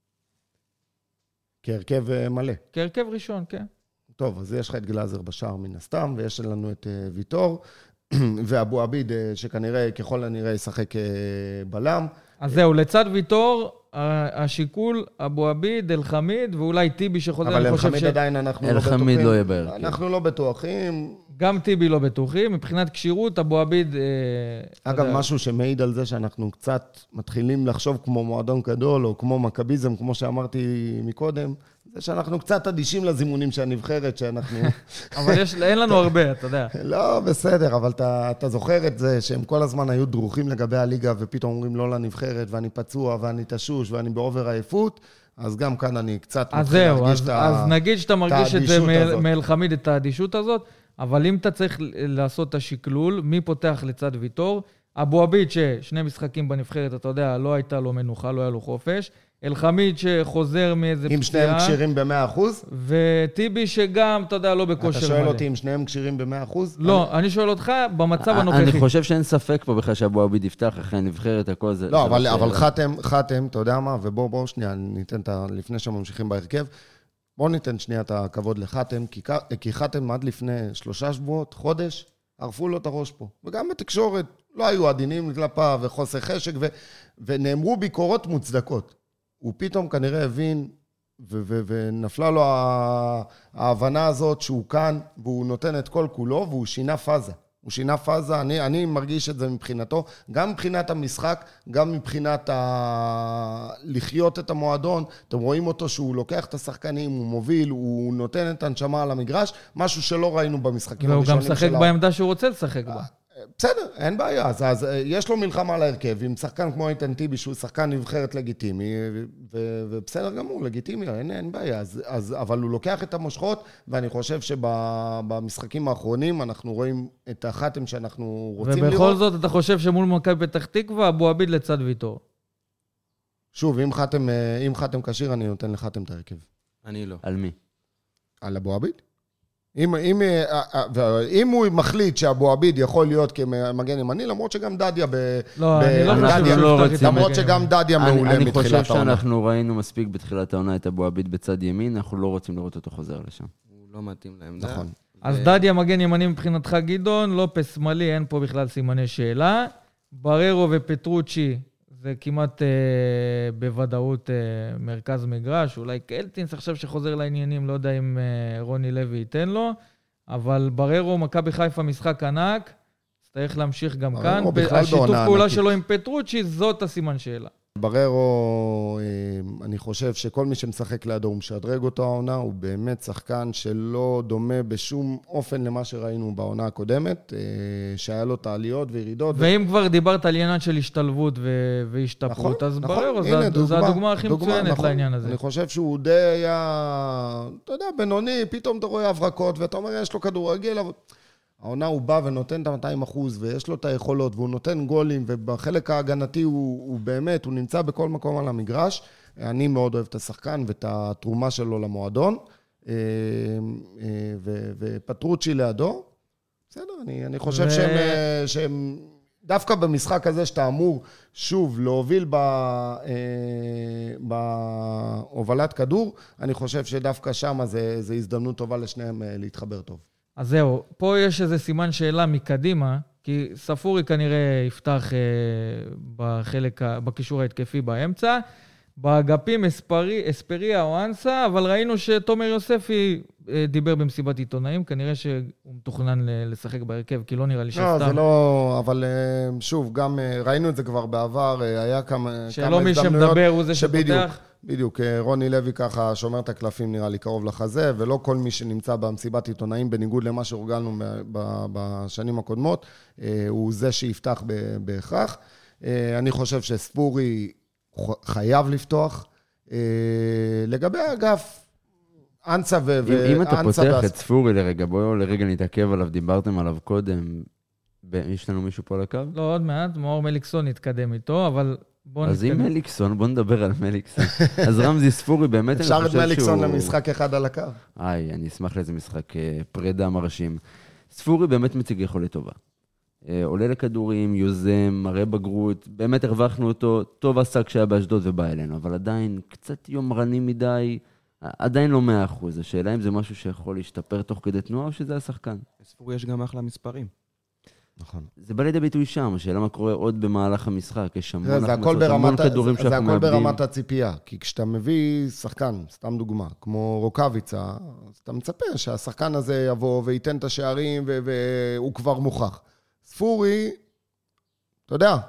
כהרכב מלא. כהרכב ראשון, כן. טוב, אז יש לך את גלאזר בשער מן הסתם, ויש לנו את ויטור, ואבו עביד, שכנראה, ככל הנראה, ישחק בלם. אז זהו, לצד ויטור, השיקול, אבו עביד, אלחמיד, ואולי טיבי שחוזר, אבל אלחמיד עדיין אנחנו לא בטוחים. אלחמיד לא יהיה בהרכב. אנחנו לא בטוחים. גם טיבי לא בטוחים, מבחינת קשירות, אבו עביד... אגב, משהו שמעיד על זה שאנחנו קצת מתחילים לחשוב כמו מועדון גדול, או כמו מכביזם, כמו שאמרתי מקודם, זה שאנחנו קצת אדישים לזימונים שהנבחרת, שאנחנו... אבל אין לנו הרבה, אתה יודע. לא, בסדר, אבל אתה זוכר את זה שהם כל הזמן היו דרוכים לגבי הליגה, ופתאום אומרים לא לנבחרת, ואני פצוע, ואני תשוש, ואני באובר עייפות, אז גם כאן אני קצת מתחיל להרגיש את האדישות הזאת. אז נגיד שאתה מרגיש את זה מאלחמיד, את האדישות הזאת, אבל אם אתה צריך לעשות את השקלול, מי פותח לצד ויטור? אבו עביד, ששני משחקים בנבחרת, אתה יודע, לא הייתה לו מנוחה, לא היה לו חופש. אלחמיד שחוזר מאיזה פציעה. עם שניהם קשירים ב-100%? וטיבי שגם, אתה יודע, לא בכושר מלא. אתה שואל אותי אם שניהם קשירים ב-100%? לא, אני שואל אותך במצב הנוכחי. אני חושב שאין ספק פה בכלל שאבו עביד יפתח אחרי נבחרת, הכל זה... לא, אבל חתם, אתה יודע מה, ובואו שנייה, ניתן לפני שממשיכים בהרכב, בואו ניתן שנייה את הכבוד לחתם, כי חתם עד לפני 3 שבועות, חודש, ערפו לו את הראש פה. וגם בתקשורת לא היו עדינים כלפיו וחוסר חשק, ונאמרו ביקורות מוצדקות. הוא פתאום כנראה הבין, ונפלה לו ההבנה הזאת שהוא כאן, והוא נותן את כל כולו, והוא שינה פאזה. הוא שינה פאזה, אני מרגיש את זה מבחינתו, גם מבחינת המשחק, גם מבחינת לחיות את המועדון, אתם רואים אותו שהוא לוקח את השחקנים, הוא מוביל, הוא נותן את הנשמה על המגרש, משהו שלא ראינו במשחקים הראשונים שלו. והוא גם שחק בעמדה שהוא רוצה לשחק בה. בסדר, אין בעיה, אז יש לו מלחמה על ההרכב, עם שחקן כמו איתן טיבי, שהוא שחקן נבחרת לגיטימי, ובסדר גמור, לגיטימי, אין בעיה, אבל הוא לוקח את המושכות, ואני חושב שבמשחקים האחרונים אנחנו רואים את החתם שאנחנו רוצים לראות. ובכל זאת אתה חושב שמול מכבי פתח תקווה, אבו עביד לצד ויטור. שוב, אם חתם קשיר, אני נותן לחתם את ההרכב. אני לא. על מי? על אבו עביד? אם הוא מחליט שאבו עביד יכול להיות כמגן ימני, למרות שגם דדיה למרות שגם דדיה מעולה מתחילת העונה. אני חושב שאנחנו ראינו מספיק בתחילת העונה את אבו עביד בצד ימין, אנחנו לא רוצים לראות אותו חוזר לשם. הוא לא מתאים לעמדה. נכון. אז דדיה מגן ימני מבחינתך גדעון, לופס שמאלי, אין פה בכלל סימני שאלה. בררו ופטרוצ'י, זה כמעט בוודאות מרכז מגרש, אולי קלטינס עכשיו שחוזר לעניינים, לא יודע אם רוני לוי ייתן לו, אבל בררו, מכבי חיפה משחק ענק, צריך להמשיך גם כאן, השיתוף פעולה שלו עם פטרוצ'י, זאת הסימן שאלה. בררו, אני חושב שכל מי שמשחק לידו הוא משדרג אותו העונה, הוא באמת שחקן שלא דומה בשום אופן למה שראינו בעונה הקודמת, שהיה לו תעליות וירידות. ואם כבר דיברת על עניין של השתלבות והשתפרות, אז בררו, זו הדוגמה הכי מצוינת לעניין הזה. אני חושב שהוא די היה, אתה יודע, בינוני, פתאום אתה רואה הברקות, ואתה אומר, יש לו כדורגל, אבל העונה הוא בא ונותן את ה-200%, ויש לו את היכולות, והוא נותן גולים, ובחלק ההגנתי הוא באמת, הוא נמצא בכל מקום על המגרש. אני מאוד אוהב את השחקן ואת התרומה שלו למועדון, ופטרוצ'י לידו. בסדר, אני חושב שהם דווקא במשחק הזה שאתה אמור שוב להוביל בהובלת כדור, אני חושב שדווקא שם זה הזדמנות טובה לשניהם להתחבר טוב. אז זהו, פה יש איזה סימן שאלה מקדימה, כי ספורי כנראה יפתח בקישור ההתקפי באמצע, באגפים אספריה או אנסה, אבל ראינו שתומר יוספי דיבר במסיבת עיתונאים, כנראה שהוא מתוכנן לשחק בהרכב, כי לא נראה לי שסתם. לא, זה לא, אבל שוב, גם ראינו את זה כבר בעבר, היה כמה הזדמנויות. שלא מי שמדבר הוא זה שפותח. בדיוק, רוני לוי ככה שומר את הקלפים נראה לי קרוב לחזה, ולא כל מי שנמצא במסיבת עיתונאים, בניגוד למה שהורגלנו בשנים הקודמות, הוא זה שיפתח בהכרח. אני חושב שספורי חייב לפתוח. לגבי האגף, אנסה אם אתה פותח את ספורי לרגע, בואו לרגע נתעכב עליו, דיברתם עליו קודם, יש לנו מישהו פה לקו? לא, עוד מעט, מאור מליקסון יתקדם איתו, אבל אז אם מליקסון, בוא נדבר על מליקסון. אז רמזי ספורי, באמת אפשר את מליקסון למשחק אחד על הקו. אני אשמח לאיזה משחק פרידה מרשים. ספורי באמת מציג יכולת טובה. עולה לכדורים, יוזם, מראה בגרות, באמת הרווחנו אותו, טוב עשה כשהיה באשדוד ובא אלינו, אבל עדיין קצת יומרני מדי, עדיין לא 100%. השאלה אם זה משהו שיכול להשתפר תוך כדי תנועה, או שזה השחקן. ספורי יש גם אחלה מספרים. נכון. זה בא לידי ביטוי שם, השאלה מה קורה עוד במהלך המשחק, יש המון החמצות, כדורים שאנחנו מאבדים. זה הכל ברמת הציפייה, כי כשאתה מביא שחקן, סתם דוגמה, כמו רוקביצה, אז אתה מצפה שהשחקן הזה יבוא וייתן את השערים, והוא כבר מוכח. ספורי, אתה יודע,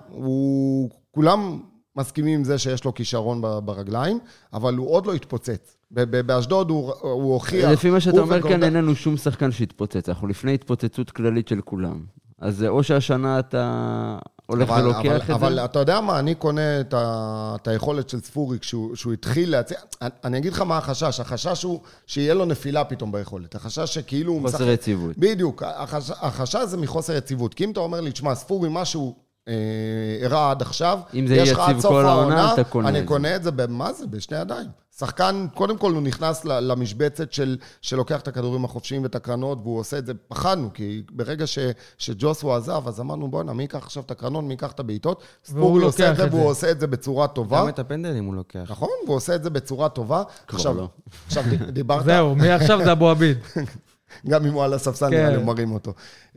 כולם מסכימים עם זה שיש לו כישרון ברגליים, אבל הוא עוד לא התפוצץ. באשדוד הוא הוכיח. לפי מה שאתה אומר כאן, אין לנו שום שחקן שהתפוצץ, אנחנו לפני התפוצצות כללית של כולם. אז או שהשנה אתה הולך ולוקח את זה. אבל אתה יודע מה, אני קונה את היכולת של ספורי כשהוא התחיל להציע. אני אגיד לך מה החשש. החשש הוא שיהיה לו נפילה פתאום ביכולת. החשש שכאילו הוא חוסר יציבות. בדיוק. החשש זה מחוסר יציבות. כי אם אתה אומר לי, תשמע, ספורי משהו הראה עד עכשיו, אם זה יציב כל העונה, אתה קונה את זה. אני קונה את זה, מה זה? בשני ידיים. שחקן, קודם כל הוא נכנס למשבצת שלוקח את הכדורים החופשיים ואת הקרנות, והוא עושה את זה, פחדנו, כי ברגע שג'וסווה עזב, אז אמרנו, בוא'נה, מי ייקח עכשיו את הקרנות, מי ייקח את הבעיטות? ספורי עושה את זה, והוא עושה את זה בצורה טובה. גם את הפנדלים הוא לוקח. נכון, והוא עושה את זה בצורה טובה. כבר לא. עכשיו דיברת... זהו, מעכשיו זה אבו עביד. גם אם הוא על הספסל, נראה לי מרים אותו.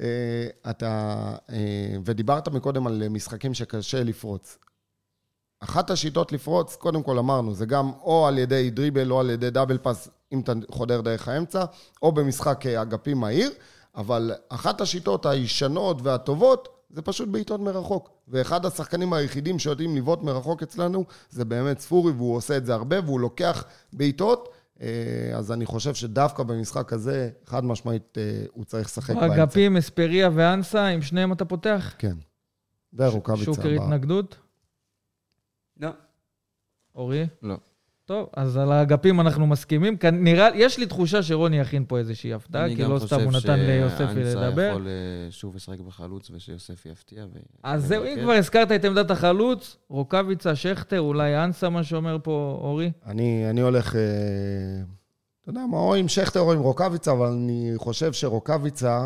ודיברת מקודם על משחקים שקשה לפרוץ. אחת השיטות לפרוץ, קודם כל אמרנו, זה גם או על ידי דריבל או על ידי דאבל פאס, אם אתה חודר דרך האמצע, או במשחק אגפים מהיר, אבל אחת השיטות הישנות והטובות, זה פשוט בעיטות מרחוק. ואחד השחקנים היחידים שיודעים לבעוט מרחוק אצלנו, זה באמת ספורי, והוא עושה את זה הרבה, והוא לוקח בעיטות, אז אני חושב שדווקא במשחק הזה, חד משמעית, הוא צריך לשחק באמצע. אגפים, אספריה ואנסה, עם שניהם אתה פותח? כן. ורוקאביצה. שוקר התנגדות? לא. אורי? לא. טוב, אז על האגפים אנחנו מסכימים. יש לי תחושה שרוני יכין פה איזושהי הפתעה, כי לא סתם הוא נתן ליוספי לדבר. אני גם חושב יכול שוב לשחק בחלוץ ושיוספי יפתיע. אז זהו, אם כבר הזכרת את עמדת החלוץ, רוקאביצה, שכטר, אולי אנסה, מה שאומר פה אורי? אני הולך, אתה יודע מה, או עם שכטר או עם רוקאביצה, אבל אני חושב שרוקאביצה,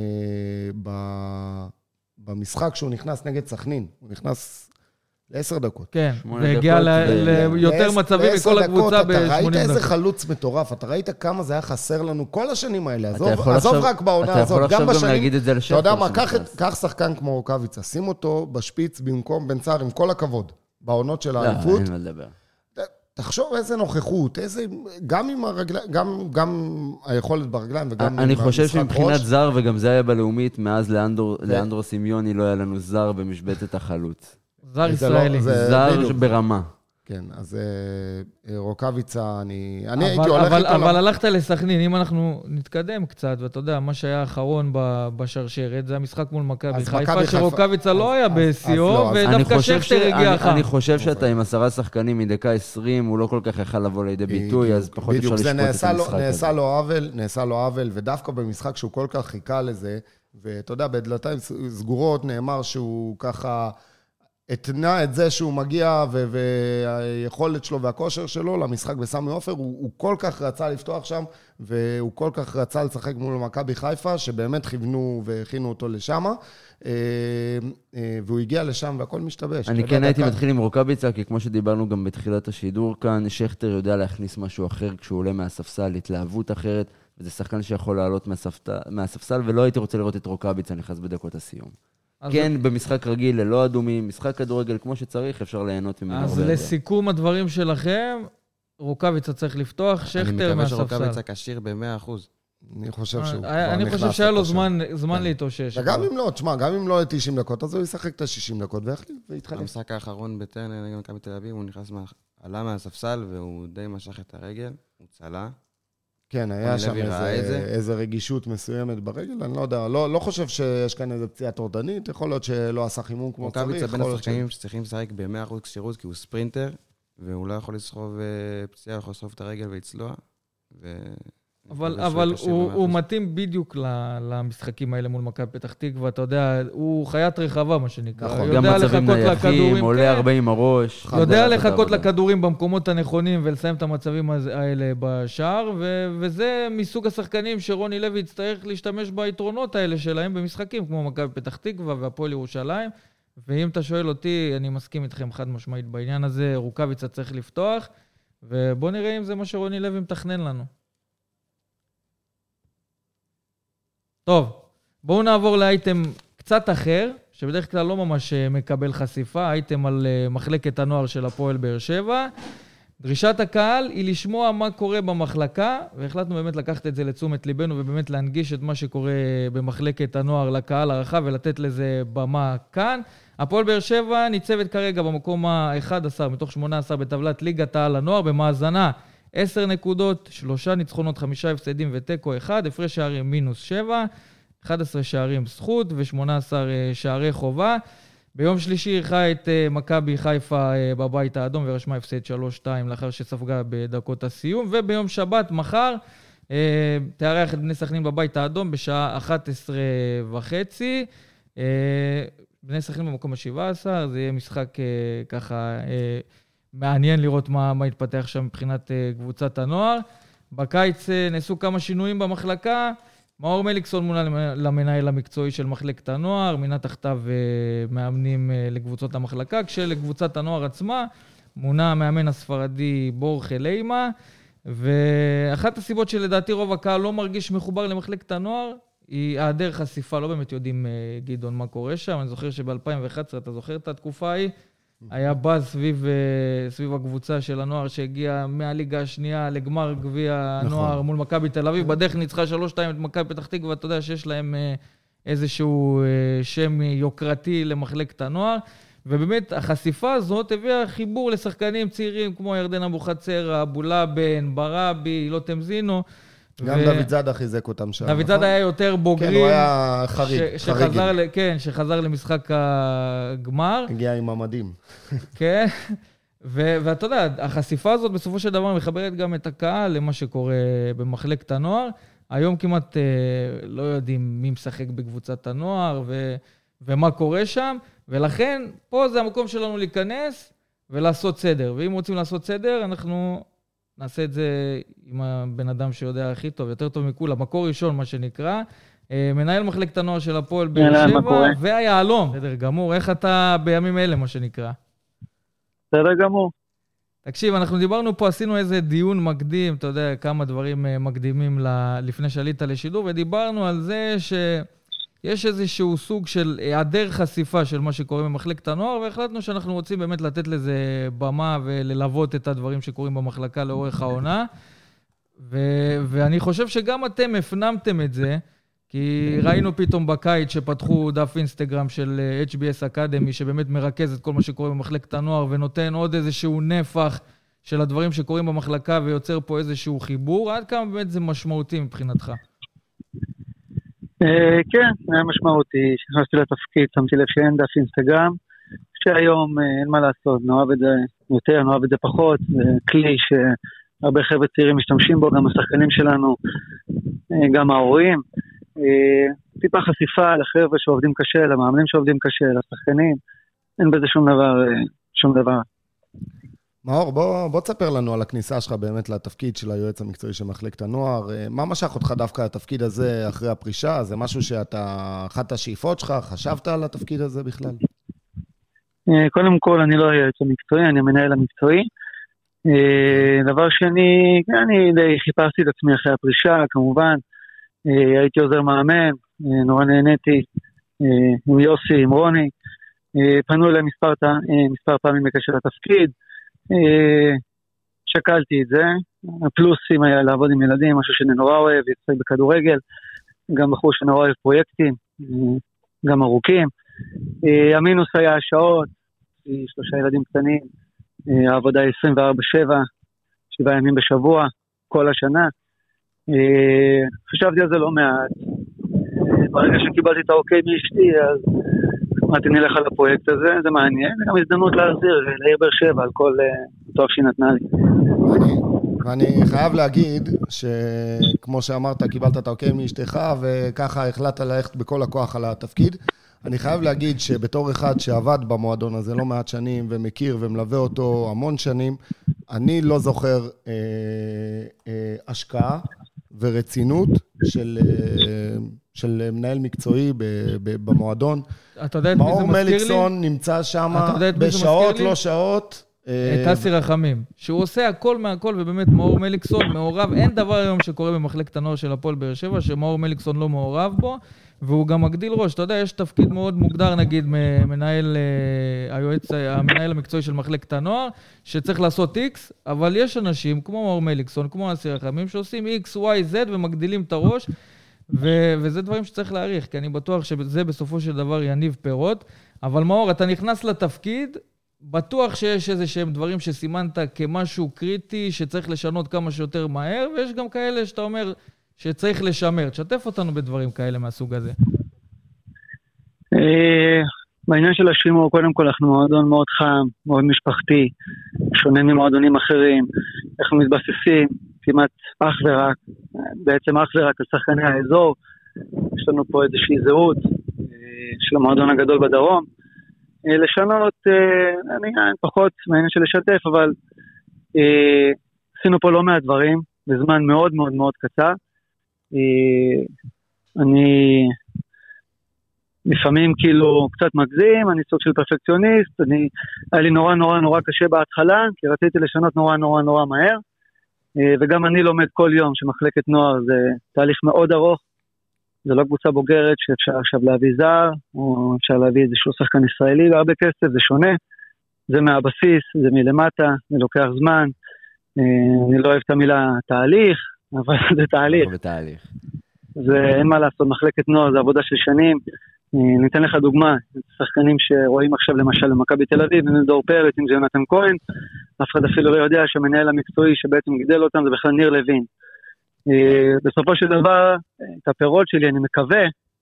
במשחק שהוא נכנס נגד סכנין, הוא נכנס ל10 דקות. כן, והגיע ליותר מצבים מכל הקבוצה ב-80 דקות. אתה ראית איזה חלוץ מטורף, אתה ראית כמה זה היה חסר לנו כל השנים האלה. עזוב רק בעונה הזאת, גם בשנים. אתה יודע מה, קח שחקן כמו רוקאביצה, שים אותו בשפיץ במקום בן סער, עם כל הכבוד, בעונות של האליפות. לא, אין מה לדבר. תחשוב איזה נוכחות, גם עם הרגליים, גם היכולת ברגליים וגם אני חושב שמבחינת זר, וגם זה היה בלאומית, מאז לאנדרו סימיוני לא היה לנו זר במשבצת החלוץ. זר ישראלי. זר ברמה. כן, אז רוקאביצה, אני הייתי הולך איתו. אבל הלכת לסכנין, אם אנחנו נתקדם קצת, ואתה יודע, מה שהיה האחרון בשרשרת, זה המשחק מול מכבי חיפה, שרוקאביצה לא היה בסיום, ודווקא שכטר הגיע אחר. אני חושב שאתה עם 10 שחקנים מדקה 20, הוא לא כל כך יכל לבוא לידי ביטוי, אז פחות אפשר לשפוט את המשחק הזה. נעשה לו עוול, ודווקא במשחק שהוא כל כך חיכה לזה, ואתה יודע, בדלתיים סגורות נאמר שהוא ככה התנה את זה שהוא מגיע והיכולת שלו והכושר שלו למשחק בסמי עופר, הוא כל כך רצה לפתוח שם, והוא כל כך רצה לשחק מול מכבי חיפה, שבאמת כיוונו והכינו אותו לשם, והוא הגיע לשם והכל משתבש. אני כן הייתי מתחיל עם רוקאביצה, כי כמו שדיברנו גם בתחילת השידור כאן, שכטר יודע להכניס משהו אחר כשהוא עולה מהספסל, התלהבות אחרת, וזה שחקן שיכול לעלות מהספסל, ולא הייתי רוצה לראות את רוקאביצה נכנס בדקות הסיום. כן, במשחק רגיל, ללא אדומים, משחק כדורגל כמו שצריך, אפשר ליהנות ממנו. אז לסיכום הדברים שלכם, רוקאביצה צריך לפתוח, שכטר מהספסל. אני מקווה שרוקאביצה כשיר ב-100%. אני חושב שהוא אני חושב שהיה לו זמן להתאושש. וגם אם לא, תשמע, גם אם לא 90 דקות, אז הוא ישחק את ה-60 דקות ויתחלף. במשחק האחרון בטרנר נגד מכבי תל אביב, הוא נכנס, עלה מהספסל והוא די משך את הרגל, הוא צלה. כן, היה שם איזה רגישות מסוימת ברגל, אני לא יודע, לא חושב שיש כאן איזה פציעה טורדנית, יכול להיות שלא עשה חימום כמו צריך. רוקאביצה בין השחקנים שצריכים לשחק ב-100% כשירות, כי הוא ספרינטר, והוא לא יכול לסחוב פציעה, הוא יכול לסחוב את הרגל ולצלוע. אבל הוא מתאים בדיוק למשחקים האלה מול מכבי פתח תקווה, אתה יודע, הוא חיית רחבה, מה שנקרא. גם מצבים נייחים, עולה 40 הראש. יודע לחכות לכדורים במקומות הנכונים ולסיים את המצבים האלה בשער, וזה מסוג השחקנים שרוני לוי יצטרך להשתמש ביתרונות האלה שלהם במשחקים, כמו מכבי פתח תקווה והפועל ירושלים. ואם אתה שואל אותי, אני מסכים איתכם חד משמעית בעניין הזה, רוקאביצה צריך לפתוח, ובוא נראה אם זה מה שרוני לוי מתכנן לנו. טוב, בואו נעבור לאייטם קצת אחר, שבדרך כלל לא ממש מקבל חשיפה, אייטם על מחלקת הנוער של הפועל באר שבע. דרישת הקהל היא לשמוע מה קורה במחלקה, והחלטנו באמת לקחת את זה לתשומת ליבנו, ובאמת להנגיש את מה שקורה במחלקת הנוער לקהל הרחב, ולתת לזה במה כאן. הפועל באר שבע ניצבת כרגע במקום ה-11 מתוך 18 בטבלת ליגת העל הנוער, במאזנה 10 נקודות, 3 ניצחונות, 5 הפסדים וטקו 1, הפרש שערים -7, 11 שערים זכות ו18 שערי חובה. ביום שלישי אירחה את מכבי חיפה בבית האדום ורשמה הפסד 3-2 לאחר שספגה בדקות הסיום, וביום שבת מחר תארח את בני סכנין בבית האדום בשעה 11:30. בני סכנין במקום ה-17, זה יהיה משחק ככה מעניין לראות מה יתפתח שם מבחינת קבוצת הנוער. בקיץ נעשו כמה שינויים במחלקה. מאור מליקסון מונה למנהל המקצועי של מחלקת הנוער, מינה תחתיו מאמנים לקבוצות המחלקה, כשלקבוצת הנוער עצמה מונה המאמן הספרדי בורחה לימה, ואחת הסיבות שלדעתי רוב הקהל לא מרגיש מחובר למחלקת הנוער, היא היעדר חשיפה, לא באמת יודעים גדעון מה קורה שם. אני זוכר שב-2011, אתה זוכר את התקופה ההיא, היה באז סביב הקבוצה של הנוער שהגיע מהליגה השנייה לגמר גביע הנוער מול מכבי תל אביב. בדרך ניצחה 3-2 את מכבי פתח תקווה, ואתה יודע שיש להם איזשהו שם יוקרתי למחלקת הנוער. ובאמת החשיפה הזאת הביאה חיבור לשחקנים צעירים כמו ירדן אבוחצירא, אבו לבן, ברבי, לוטם זינו. גם דוד זאדה חיזק אותם שם. דוד זאדה היה יותר בוגרים. כן, הוא היה חריג. כן, שחזר למשחק הגמר. הגיע עם המדים. כן, ואתה יודע, החשיפה הזאת בסופו של דבר מחברת גם את הקהל למה שקורה במחלקת הנוער. היום כמעט לא יודעים מי משחק בקבוצת הנוער ומה קורה שם, ולכן פה זה המקום שלנו להיכנס ולעשות סדר. ואם רוצים לעשות סדר, אנחנו נעשה את זה עם הבן אדם שיודע הכי טוב, יותר טוב מכולם, מקור ראשון מה שנקרא, מנהל מחלקת הנוער של הפועל באר שבע, והיעלום. בסדר גמור, איך אתה בימים אלה מה שנקרא? בסדר גמור. תקשיב, אנחנו דיברנו פה, עשינו איזה דיון מקדים, אתה יודע, כמה דברים מקדימים לפני שעלית לשידור, ודיברנו על זה שיש איזשהו סוג של היעדר חשיפה של מה שקורה במחלקת הנוער, והחלטנו שאנחנו רוצים באמת לתת לזה במה וללוות את הדברים שקורים במחלקה לאורך העונה. ואני חושב שגם אתם הפנמתם את זה, כי ראינו פתאום בקיץ שפתחו דף אינסטגרם של HBS Academy, שבאמת מרכז את כל מה שקורה במחלקת הנוער, ונותן עוד איזשהו נפח של הדברים שקורים במחלקה, ויוצר פה איזשהו חיבור. עד כמה באמת זה משמעותי מבחינתך? כן, זה היה משמעותי. כשנכנסתי לתפקיד, שמתי לב שאין דף אינסטגרם, שהיום אין מה לעשות, נאהב את זה יותר, נאהב את זה פחות, זה כלי שהרבה חבר'ה צעירים משתמשים בו, גם השחקנים שלנו, גם ההורים. טיפה חשיפה לחבר'ה שעובדים קשה, למאמנים שעובדים קשה, לשחקנים, אין בזה שום דבר. מאור, בוא תספר לנו על הכניסה שלך באמת לתפקיד של היועץ המקצועי של מחלקת הנוער. מה משך אותך דווקא התפקיד הזה אחרי הפרישה? זה משהו שאתה, אחת השאיפות שלך, חשבת על התפקיד הזה בכלל? קודם כל, אני לא היועץ המקצועי, אני המנהל המקצועי. דבר שני, אני די חיפשתי את עצמי אחרי הפרישה, כמובן. הייתי עוזר מאמן, נורא נהניתי, עם יוסי, עם רוני. פנו אליי מספר פעמים בקשר לתפקיד. שקלתי את זה, הפלוסים היה לעבוד עם ילדים, משהו שאני נורא אוהב, יצחק בכדורגל, גם בחור שנורא אוהב פרויקטים, גם ארוכים. המינוס היה השעות, 3 ילדים קטנים, העבודה 24/7, 7 ימים בשבוע, כל השנה. חשבתי על זה לא מעט. ברגע שקיבלתי את האוקיי מאשתי, אז אמרתי נלך על הפרויקט הזה, זה מעניין, זה גם הזדמנות להחזיר לעיר באר שבע על כל טוב שהיא נתנה לי. ואני חייב להגיד שכמו שאמרת, קיבלת את האוקיי מאשתך, וככה החלטת ללכת בכל הכוח על התפקיד. אני חייב להגיד שבתור אחד שעבד במועדון הזה לא מעט שנים, ומכיר ומלווה אותו המון שנים, אני לא זוכר השקעה ורצינות של מנהל מקצועי במועדון. מאור מליקסון נמצא שם בשעות לא שעות. את אסי רחמים, שהוא עושה הכל מהכל, ובאמת מאור מליקסון מעורב. אין דבר היום שקורה במחלקת הנוער של הפועל באר שבע שמאור מליקסון לא מעורב בו, והוא גם מגדיל ראש. אתה יודע, יש תפקיד מאוד מוגדר, נגיד, המנהל המקצועי של מחלקת הנוער, שצריך לעשות X, אבל יש אנשים כמו מאור מליקסון, כמו אסי רחמים, שעושים X, Y, Z ומגדילים את הראש, וזה דברים שצריך להעריך, כי אני בטוח שזה בסופו של דבר יניב פירות. אבל מאור, אתה נכנס לתפקיד, בטוח שיש איזה שהם דברים שסימנת כמשהו קריטי, שצריך לשנות כמה שיותר מהר, ויש גם כאלה שאתה אומר שצריך לשמר. תשתף אותנו בדברים כאלה מהסוג הזה. בעניין של השימור, קודם כל אנחנו מועדון מאוד חם, מאוד משפחתי, שונה ממועדונים אחרים. אנחנו מתבססים כמעט בעצם אך ורק על שחקני האזור. יש לנו פה איזושהי זהות של המועדון הגדול בדרום. לשנות, אני פחות מעניין של לשתף, אבל עשינו פה לא מעט דברים, בזמן מאוד מאוד מאוד קצר. אני לפעמים כאילו קצת מגזים, אני סוג של פרפקציוניסט, היה לי נורא קשה בהתחלה, כי רציתי לשנות נורא מהר, וגם אני לומד כל יום שמחלקת נוער זה תהליך מאוד ארוך, זה לא קבוצה בוגרת שאפשר עכשיו להביא זר, או אפשר להביא איזשהו שחקן ישראלי בהרבה כסף, זה שונה. זה מהבסיס, זה מלמטה, זה לוקח זמן. אני לא אוהב את המילה תהליך, אבל זה תהליך. אין מה לעשות, מחלקת נוער, זה עבודה של שנים. ניתן לך דוגמה, שחקנים שרואים עכשיו למשל במכבי תל אביב, אם זה דור פרץ, אם זה יונתן כהן, אף אחד אפילו לא יודע שהמנהל המקצועי שבעצם גידל אותם זה בכלל ניר לוין. בסופו של דבר, את הפירות שלי אני מקווה,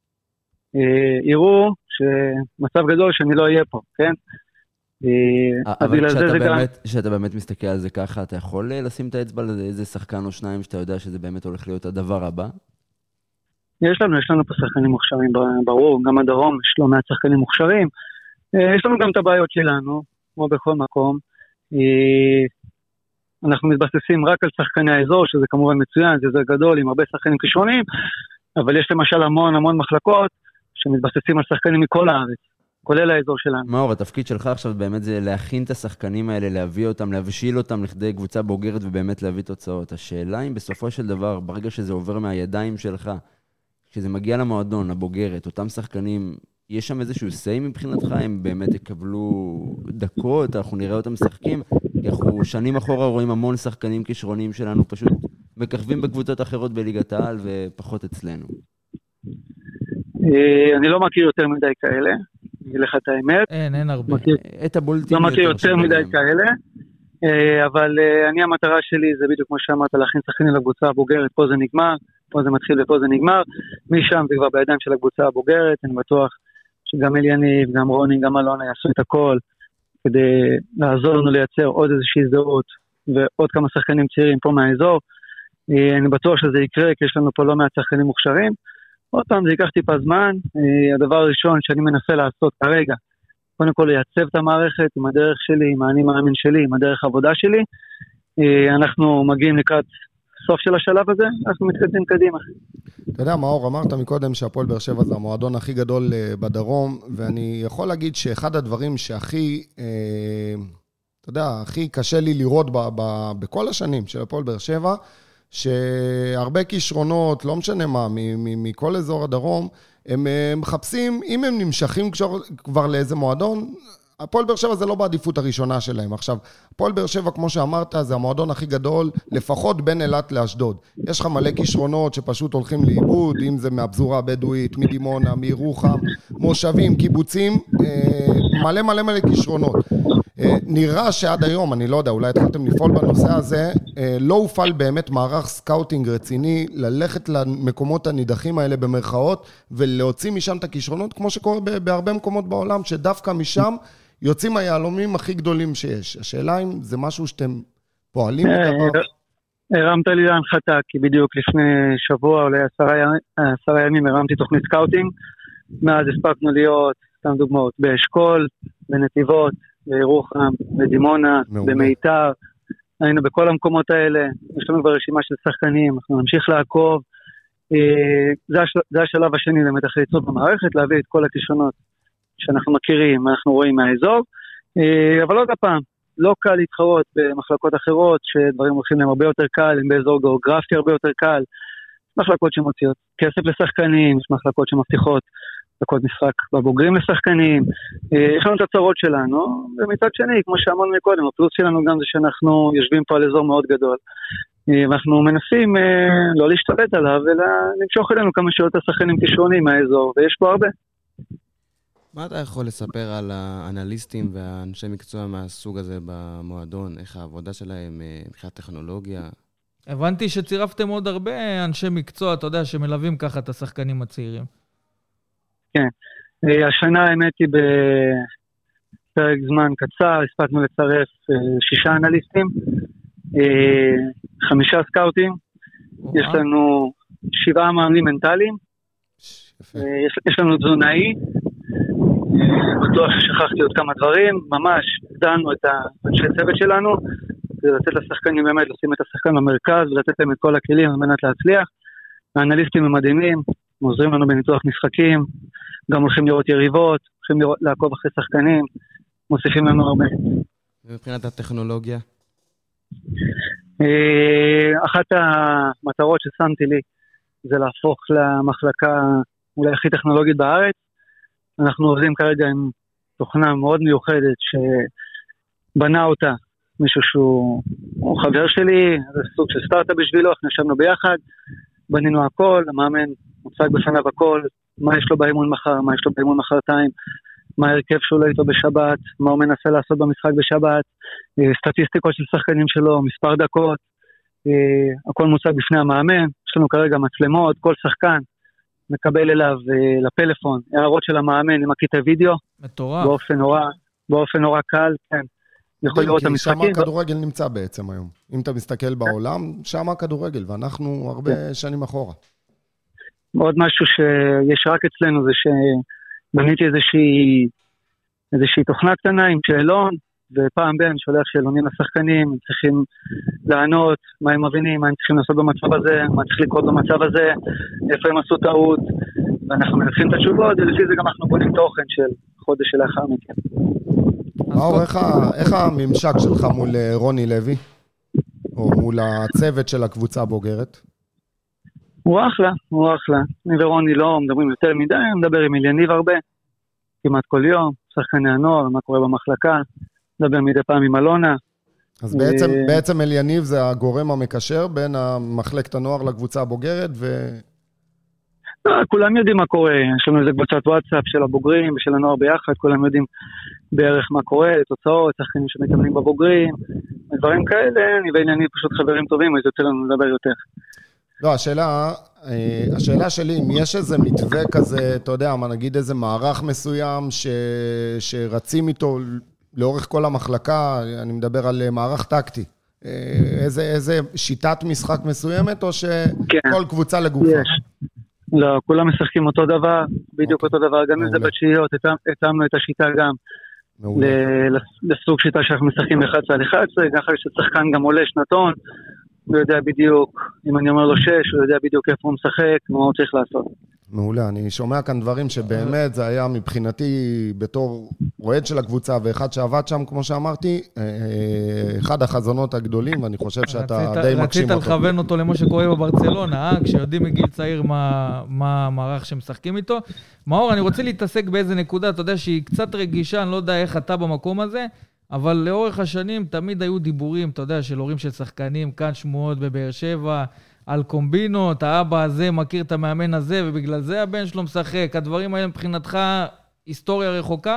יראו שמצב גדול שאני לא אהיה פה, כן? אבל כשאתה באמת מסתכל על זה ככה, אתה יכול לשים את האצבע לאיזה שחקן או שניים שאתה יודע שזה באמת הולך להיות הדבר הבא? יש לנו פה שחקנים מוכשרים, ברור, גם הדרום יש לא מעט שחקנים מוכשרים. יש לנו גם את הבעיות שלנו, כמו בכל מקום. אנחנו מתבססים רק על שחקני האזור, שזה כמובן מצוין, זה גדול, עם הרבה שחקנים כישרוניים, אבל יש למשל המון מחלקות שמתבססים על שחקנים מכל הארץ, כולל האזור שלנו. מאור, התפקיד שלך עכשיו באמת זה להכין את השחקנים האלה, להביא אותם, להבשיל אותם לכדי קבוצה בוגרת ובאמת להביא תוצאות. השאלה אם בסופו של דבר, ברגע שזה עובר מהידיים שלך, כשזה מגיע למועדון, לבוגרת, אותם שחקנים, יש שם איזשהו סי מבחינתך, הם באמת יקבלו דקות, אנחנו נראה אותם משחקים, כי אנחנו שנים אחורה רואים המון שחקנים כישרוניים שלנו, פשוט מככבים בקבוצות אחרות בליגת העל ופחות אצלנו. אני לא מכיר יותר מדי כאלה, אגיד לך את האמת. אין הרבה. את הבולטים לא מכיר יותר מדי כאלה, אבל המטרה שלי זה בדיוק כמו שאמרת, להכין שחקנים לקבוצה הבוגרת, פה זה נגמר, פה זה מתחיל ופה זה נגמר, משם זה כבר בידיים של הקבוצה הבוגרת, אני בטוח שגם אליניב, גם רוני, גם אלונה יעשו את הכל, כדי לעזור לנו לייצר עוד איזושהי הזדהות, ועוד כמה שחקנים צעירים פה מהאזור, אני בטוח שזה יקרה, כי יש לנו פה לא מעט שחקנים מוכשרים, עוד פעם זה ייקח טיפה זמן, הדבר הראשון שאני מנסה לעשות כרגע, קודם כל לייצב את המערכת עם הדרך שלי, עם האני מאמין שלי, עם הדרך העבודה שלי, אנחנו מגיעים לקראת סוף של השלב הזה, אנחנו מתקדמים קדימה. אתה יודע, מאור, אמרת מקודם שהפועל באר שבע זה המועדון הכי גדול בדרום, ואני יכול להגיד שאחד הדברים שהכי, אתה יודע, הכי קשה לי לראות בכל השנים של הפועל באר שבע, שהרבה כישרונות, לא משנה מה, מכל אזור הדרום, הם מחפשים, אם הם נמשכים כבר לאיזה מועדון, הפועל באר שבע זה לא בעדיפות הראשונה שלהם. עכשיו, הפועל באר שבע, כמו שאמרת, זה המועדון הכי גדול, לפחות בין אילת לאשדוד. יש לך מלא כישרונות שפשוט הולכים לאיבוד, אם זה מהפזורה הבדואית, מדימונה, מירוחם, מושבים, קיבוצים, מלא כישרונות. נראה שעד היום, אני לא יודע, אולי התחלתם לפעול בנושא הזה, לא הופעל באמת מערך סקאוטינג רציני, ללכת למקומות הנידחים האלה במרכאות, ולהוציא משם את הכישרונות, כמו שקורה בהרבה מקומות בעולם, שדווקא משם יוצאים היהלומים הכי גדולים שיש. השאלה אם זה משהו שאתם פועלים לדבר? הרמת לי להנחתה, כי בדיוק לפני שבוע, אולי 10 ימים, הרמתי תוכנית סקאוטינג, מאז הספקנו להיות, סתם דוגמאות, באשכול, בנתיבות, בירוחם, בדימונה, במיתר, היינו בכל המקומות האלה, יש לנו כבר רשימה של שחקנים, אנחנו נמשיך לעקוב, זה השלב השני באמת אחרי ייצור במערכת, להביא את כל הכישרונות שאנחנו מכירים, אנחנו רואים מהאזור, אבל עוד הפעם, לא קל להתחרות במחלקות אחרות, שדברים הולכים להם הרבה יותר קל, הם באזור גיאוגרפי הרבה יותר קל, מחלקות שמוציאות כסף לשחקנים, יש מחלקות שמבטיחות דקות משחק בבוגרים לשחקנים, יש לנו את הצרות שלנו, ומצד שני, כמו שאמרנו מקודם, הפלוס שלנו גם זה שאנחנו יושבים פה על אזור מאוד גדול, ואנחנו מנסים לא להשתלט עליו, אלא למשוך אלינו כמה שיותר שחקנים כישרוניים מהאזור, ויש פה הרבה. מה אתה יכול לספר על האנליסטים והאנשי מקצוע מהסוג הזה במועדון? איך העבודה שלהם מבחינת טכנולוגיה? הבנתי שצירפתם עוד הרבה אנשי מקצוע, אתה יודע, שמלווים ככה את השחקנים הצעירים. כן, השנה האמת היא בפרק זמן קצר, הספקנו לצרף 6 אנליסטים, 5 סקאוטים, יש לנו 7 מאמנים מנטליים, יש לנו תזונאי, בטוח ששכחתי עוד כמה דברים, ממש דנו את האנשי צוות שלנו, לתת לשחקנים באמת, לשים את השחקן במרכז ולתת להם את כל הכלים על מנת להצליח. האנליסטים הם מדהימים, עוזרים לנו בניתוח משחקים, גם הולכים לראות יריבות, הולכים לעקוב אחרי שחקנים, מוסיפים לנו הרבה. מבחינת הטכנולוגיה? אחת המטרות ששמתי לי זה להפוך למחלקה אולי הכי טכנולוגית בארץ. אנחנו עובדים כרגע עם תוכנה מאוד מיוחדת בנה אותה. מישהו שהוא חבר שלי, זה סוג של סטארט-אפ בשבילו, אנחנו ישבנו ביחד, בנינו הכל, המאמן מוצג בפניו הכל, מה יש לו באימון מחר, מה יש לו באימון מחרתיים, מה ההרכב שהוא לא איתו בשבת, מה הוא מנסה לעשות במשחק בשבת, סטטיסטיקות של שחקנים שלו, מספר דקות, הכל מוצג בפני המאמן, יש לנו כרגע מצלמות, כל שחקן מקבל אליו לפלאפון, הערות של המאמן עם הקטעי וידאו, מטורף. באופן נורא קל, כן. יכול לראות את המשחקים. שם הכדורגל נמצא בעצם היום. אם אתה מסתכל בעולם, שם הכדורגל, ואנחנו הרבה שנים אחורה. עוד משהו שיש רק אצלנו, זה שבניתי איזושהי תוכנה קטנה עם שאלון, ופעם בין שולח שאלונים לשחקנים, הם צריכים לענות מה הם מבינים, מה הם צריכים לעשות במצב הזה, מה צריך לקרות במצב הזה, איפה הם עשו טעות, ואנחנו מנסים את התשובות, ולפי זה גם אנחנו בונים תוכן של חודש שלאחר מכן. מאור, איך הממשק שלך מול רוני לוי, או מול הצוות של הקבוצה הבוגרת? הוא אחלה. אני ורוני לא מדברים יותר מדי, אני מדבר עם אליניב הרבה, כמעט כל יום, שחקני הנוער, מה קורה במחלקה, מדבר מדי פעם עם אלונה. אז בעצם אליניב זה הגורם המקשר בין מחלקת הנוער לקבוצה הבוגרת כולם יודעים מה קורה, יש לנו איזה קבוצת וואטסאפ של הבוגרים ושל הנוער ביחד, כולם יודעים בערך מה קורה, תוצאות, שחקנים שמתאמנים בבוגרים, דברים כאלה, אני ואליניב פשוט חברים טובים, אז יוצא לנו לדבר יותר. לא, השאלה שלי, אם יש איזה מתווה כזה, אתה יודע, מה נגיד איזה מערך מסוים שרצים איתו לאורך כל המחלקה, אני מדבר על מערך טקטי, איזה שיטת משחק מסוימת, או שכל קבוצה לגופה? יש. לא, כולם משחקים אותו דבר, בדיוק אותו דבר, גם אם זה בתשיעיות, התאמנו את השיטה גם לסוג שיטה שאנחנו משחקים 11 על 11, ככה ששחקן גם עולה שנתון, הוא יודע בדיוק, אם אני אומר לו 6, הוא יודע בדיוק איפה הוא משחק, מה הוא צריך לעשות. מעולה, אני שומע כאן דברים שבאמת זה היה מבחינתי בתור רועד של הקבוצה, ואחד שעבד שם, כמו שאמרתי, אחד החזונות הגדולים, ואני חושב שאתה די מקשים אותו. רצית לכוון אותו למה שקורה בברצלונה, כשיודעים מגיל צעיר מה המערך שמשחקים איתו. מאור, אני רוצה להתעסק באיזה נקודה, אתה יודע שהיא קצת רגישה, אני לא יודע איך אתה במקום הזה, אבל לאורך השנים תמיד היו דיבורים, אתה יודע, של הורים של שחקנים, כאן שמועות בבאר שבע, על קומבינות, האבא הזה מכיר את המאמן הזה, ובגלל זה הבן שלו משחק. הדברים האלה מבחינתך היסטוריה רחוקה?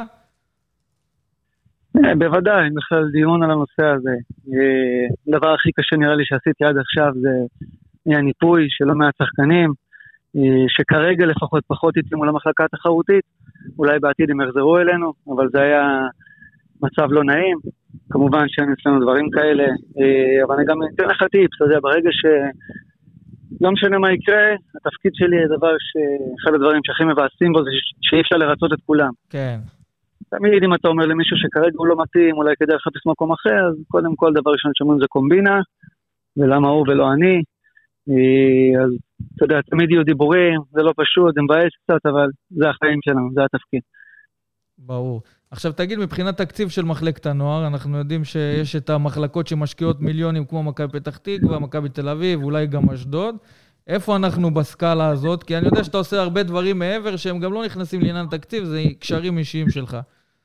בוודאי, בכלל דיון על הנושא הזה. הדבר הכי קשה נראה לי שעשיתי עד עכשיו זה הניפוי של לא מעט שחקנים, שכרגע לפחות פחות התאימו למחלקה התחרותית, אולי בעתיד הם יחזרו אלינו, אבל זה היה מצב לא נעים. כמובן שאין אצלנו דברים כאלה, אבל אני גם אתן לך טיפ, אתה יודע, ברגע לא משנה מה יקרה, התפקיד שלי הדבר אחד הדברים שהכי מבאסים בו זה שאי אפשר לרצות את כולם. כן. תמיד אם אתה אומר למישהו שכרגע הוא לא מתאים, אולי כדאי לחפש מקום אחר, אז קודם כל דבר ראשון שאומרים זה קומבינה, ולמה הוא ולא אני. אז אתה יודע, תמיד יהיו דיבורים, זה לא פשוט, זה מבאס קצת, אבל זה החיים שלנו, זה התפקיד. ברור. עכשיו תגיד, מבחינת תקציב של מחלקת הנוער, אנחנו יודעים שיש את המחלקות שמשקיעות מיליונים כמו מכבי פתח תקווה, מכבי תל אביב, אולי גם אשדוד. איפה אנחנו בסקאלה הזאת? כי אני יודע שאתה עושה הרבה דברים מעבר שהם גם לא נכנסים לעניין תקציב, זה קשרים אישיים שלך.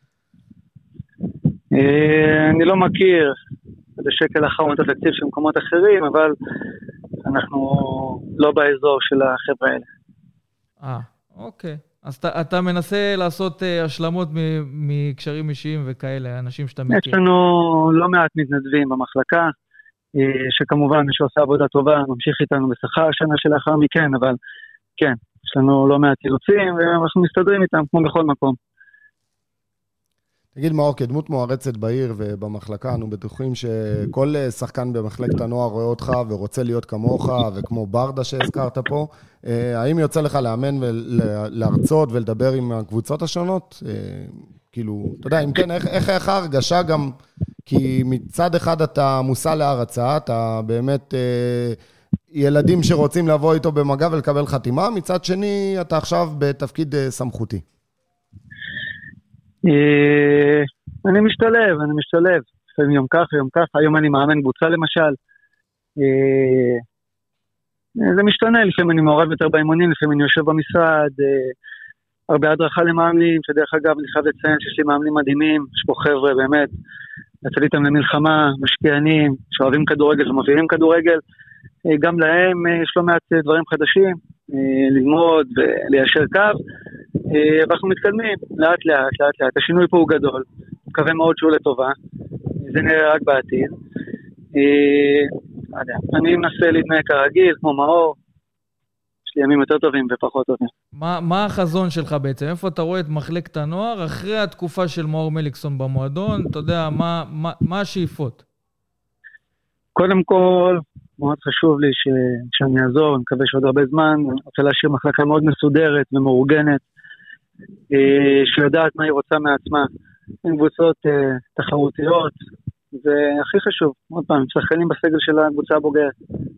אני לא מכיר בשקל אחרון את התקציב של מקומות אחרים, אבל אנחנו לא באזור של החברה האלה. אוקיי. אז אתה מנסה לעשות השלמות מקשרים אישיים וכאלה, אנשים שאתה מכיר. יש לנו לא מעט מתנדבים במחלקה, שכמובן מי שעושה עבודה טובה ממשיך איתנו בשכר שנה שלאחר מכן, אבל כן, יש לנו לא מעט אילוצים ואנחנו מסתדרים איתם כמו בכל מקום. תגיד מאור, כדמות מוערצת בעיר ובמחלקה, אנו בטוחים שכל שחקן במחלקת הנוער רואה אותך ורוצה להיות כמוך וכמו ברדה שהזכרת פה. האם יוצא לך לאמן ולהרצות ולדבר עם הקבוצות השונות? כאילו, אתה יודע, אם כן, איך ההרגשה גם, כי מצד אחד אתה מושא להרצה, אתה באמת ילדים שרוצים לבוא איתו במגע ולקבל חתימה, מצד שני אתה עכשיו בתפקיד סמכותי. אני משתלב, לפעמים יום כך, היום אני מאמן קבוצה למשל, זה משתנה, לפעמים אני מעורב יותר באימונים, לפעמים אני יושב במשרד, הרבה הדרכה למאמנים, שדרך אגב אני חייב לציין שיש לי מאמנים מדהימים, יש פה חבר'ה באמת יצאתי איתם למלחמה, משקיענים, שאוהבים כדורגל ומבינים כדורגל, גם להם יש לא מעט דברים חדשים, ללמוד וליישר קו, ואנחנו מתקדמים לאט לאט, השינוי פה הוא גדול, מקווה מאוד שהוא לטובה, זה נראה רק בעתיד. אני מנסה להתנהג כרגיל, כמו מאור, יש לי ימים יותר טובים ופחות טובים. מה החזון שלך בעצם? איפה אתה רואה את מחלקת הנוער אחרי התקופה של מאור מליקסון במועדון? אתה יודע, מה השאיפות? קודם כל, מאוד חשוב לי שאני אעזור, אני מקווה שעוד הרבה זמן, אני רוצה להשאיר מחלקה מאוד מסודרת ומאורגנת, שיודעת מה היא רוצה מעצמה, עם קבוצות תחרותיות, זה הכי חשוב, עוד פעם, שחקנים בסגל של הקבוצה הבוגרת.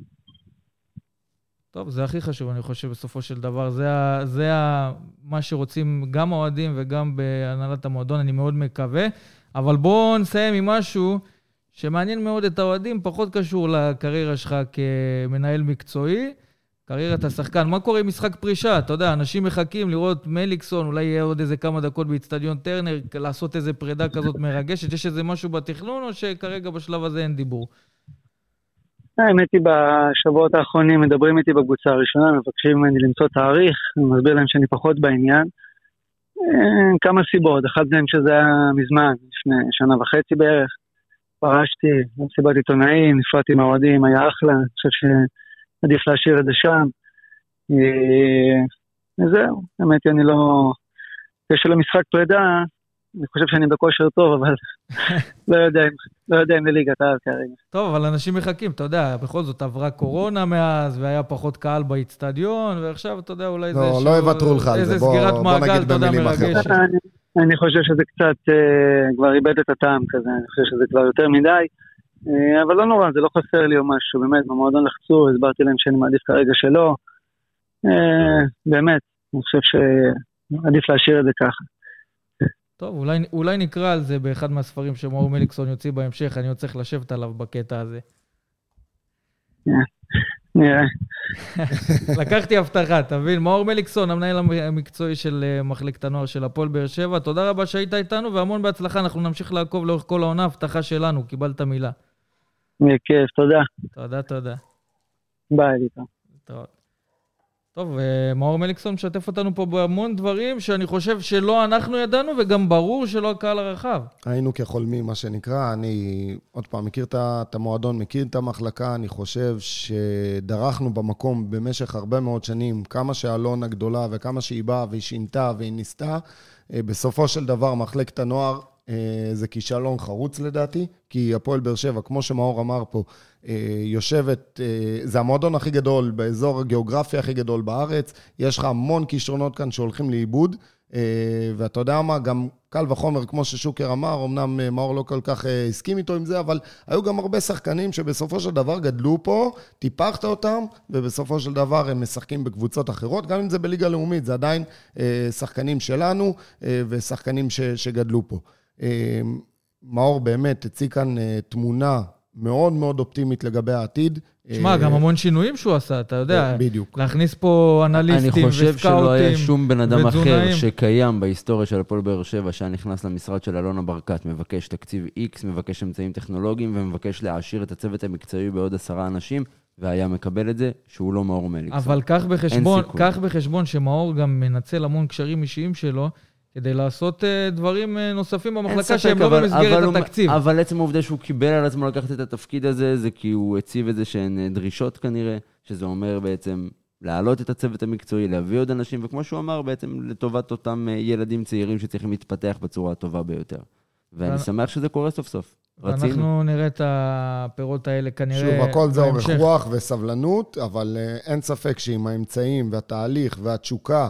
טוב, זה הכי חשוב, אני חושב, בסופו של דבר. זה מה שרוצים גם האוהדים וגם בהנהלת המועדון, אני מאוד מקווה. אבל בואו נסיים עם משהו שמעניין מאוד את האוהדים, פחות קשור לקריירה שלך כמנהל מקצועי, קריירת השחקן. מה קורה עם משחק פרישה? אתה יודע, אנשים מחכים לראות מליקסון, אולי יהיה עוד איזה כמה דקות באצטדיון טרנר, לעשות איזה פרידה כזאת מרגשת. יש איזה משהו בתכנון, או שכרגע בשלב הזה אין דיבור? האמת היא, בשבועות האחרונים מדברים איתי בקבוצה הראשונה, מבקשים ממני למצוא תאריך, אני מסביר להם שאני פחות בעניין. כמה סיבות, אחד מהם שזה היה מזמן, לפני שנה וחצי בערך, פרשתי, מסיבת עיתונאים, נפרדתי מהאוהדים, היה אחלה, אני חושב שעדיף להשאיר את זה שם. וזהו, האמת היא, אני יש לו משחק פרידה, אני חושב שאני בכושר טוב, אבל לא יודע אם לליגת העל כרגע. טוב, אבל אנשים מחכים, אתה יודע, בכל זאת עברה קורונה מאז, והיה פחות קהל באצטדיון, ועכשיו, אתה יודע, אולי זה לא יוותרו לך על זה, בוא נגיד במילים אחרות. אני חושב שזה קצת כבר איבד את הטעם כזה, אני חושב שזה כבר יותר מדי, אבל לא נורא, זה לא חסר לי או משהו, באמת, במועדון לחצו, הסברתי להם שאני מעדיף כרגע שלא, באמת, אני חושב שעדיף להשאיר את זה ככה. טוב, אולי נקרא על זה באחד מהספרים שמאור מליקסון יוציא בהמשך, אני צריך לשבת עליו בקטע הזה. נראה. לקחתי הבטחה, תבין, מאור מליקסון, המנהל המקצועי של מחלקת הנוער של הפועל באר שבע, תודה רבה שהיית איתנו, והמון בהצלחה, אנחנו נמשיך לעקוב לאורך כל העונה, הבטחה שלנו, קיבלת מילה. כיף, תודה. תודה. ביי, ליטה. טוב, מאור מליקסון משתף אותנו פה בהמון דברים שאני חושב שלא אנחנו ידענו, וגם ברור שלא הקהל הרחב. היינו כחולמים, מה שנקרא. אני עוד פעם מכיר את המועדון, מכיר את המחלקה, אני חושב שדרכנו במקום במשך הרבה מאוד שנים, כמה שהאלון הגדולה וכמה שהיא באה והיא שינתה והיא ניסתה, בסופו של דבר מחלקת הנוער זה כישלון חרוץ לדעתי, כי הפועל באר שבע, כמו שמאור אמר פה, יושבת, זה המועדון הכי גדול באזור הגיאוגרפי הכי גדול בארץ, יש לך המון כישרונות כאן שהולכים לאיבוד, ואתה יודע מה, גם קל וחומר, כמו ששוקר אמר, אמנם מאור לא כל כך הסכים איתו עם זה, אבל היו גם הרבה שחקנים שבסופו של דבר גדלו פה, טיפחת אותם, ובסופו של דבר הם משחקים בקבוצות אחרות, גם אם זה בליגה לאומית, זה עדיין שחקנים שלנו, ושחקנים שגדלו פה. מאור באמת הציג כאן תמונה מאוד מאוד אופטימית לגבי העתיד. תשמע, גם המון שינויים שהוא עשה, אתה יודע. בדיוק. להכניס פה אנליסטים וסקאוטים. אני חושב שלא היה שום בן אדם אחר שקיים בהיסטוריה של הפועל באר שבע, שנכנס למשרד של אלונה ברקת, מבקש תקציב X, מבקש אמצעים טכנולוגיים, ומבקש להעשיר את הצוות המקצועי בעוד 10 אנשים, והיה מקבל את זה שהוא לא מאור מליקסון. אבל קח בחשבון שמאור גם מנצל המון קשרים אישיים שלו, כדי לעשות דברים נוספים במחלקה שהם לא במסגרת התקציב. אבל עצם העובדה שהוא קיבל על עצמו לקחת את התפקיד הזה, זה כי הוא הציב את זה שהן דרישות כנראה, שזה אומר בעצם להעלות את הצוות המקצועי, להביא עוד אנשים, וכמו שהוא אמר בעצם לטובת אותם ילדים צעירים שצריכים להתפתח בצורה הטובה ביותר. ואני שמח שזה קורה סוף סוף. אנחנו נראה את הפירות האלה כנראה שוב, הכל זה אורך רוח וסבלנות, אבל אין ספק שעם האמצעים והתהליך והתשוקה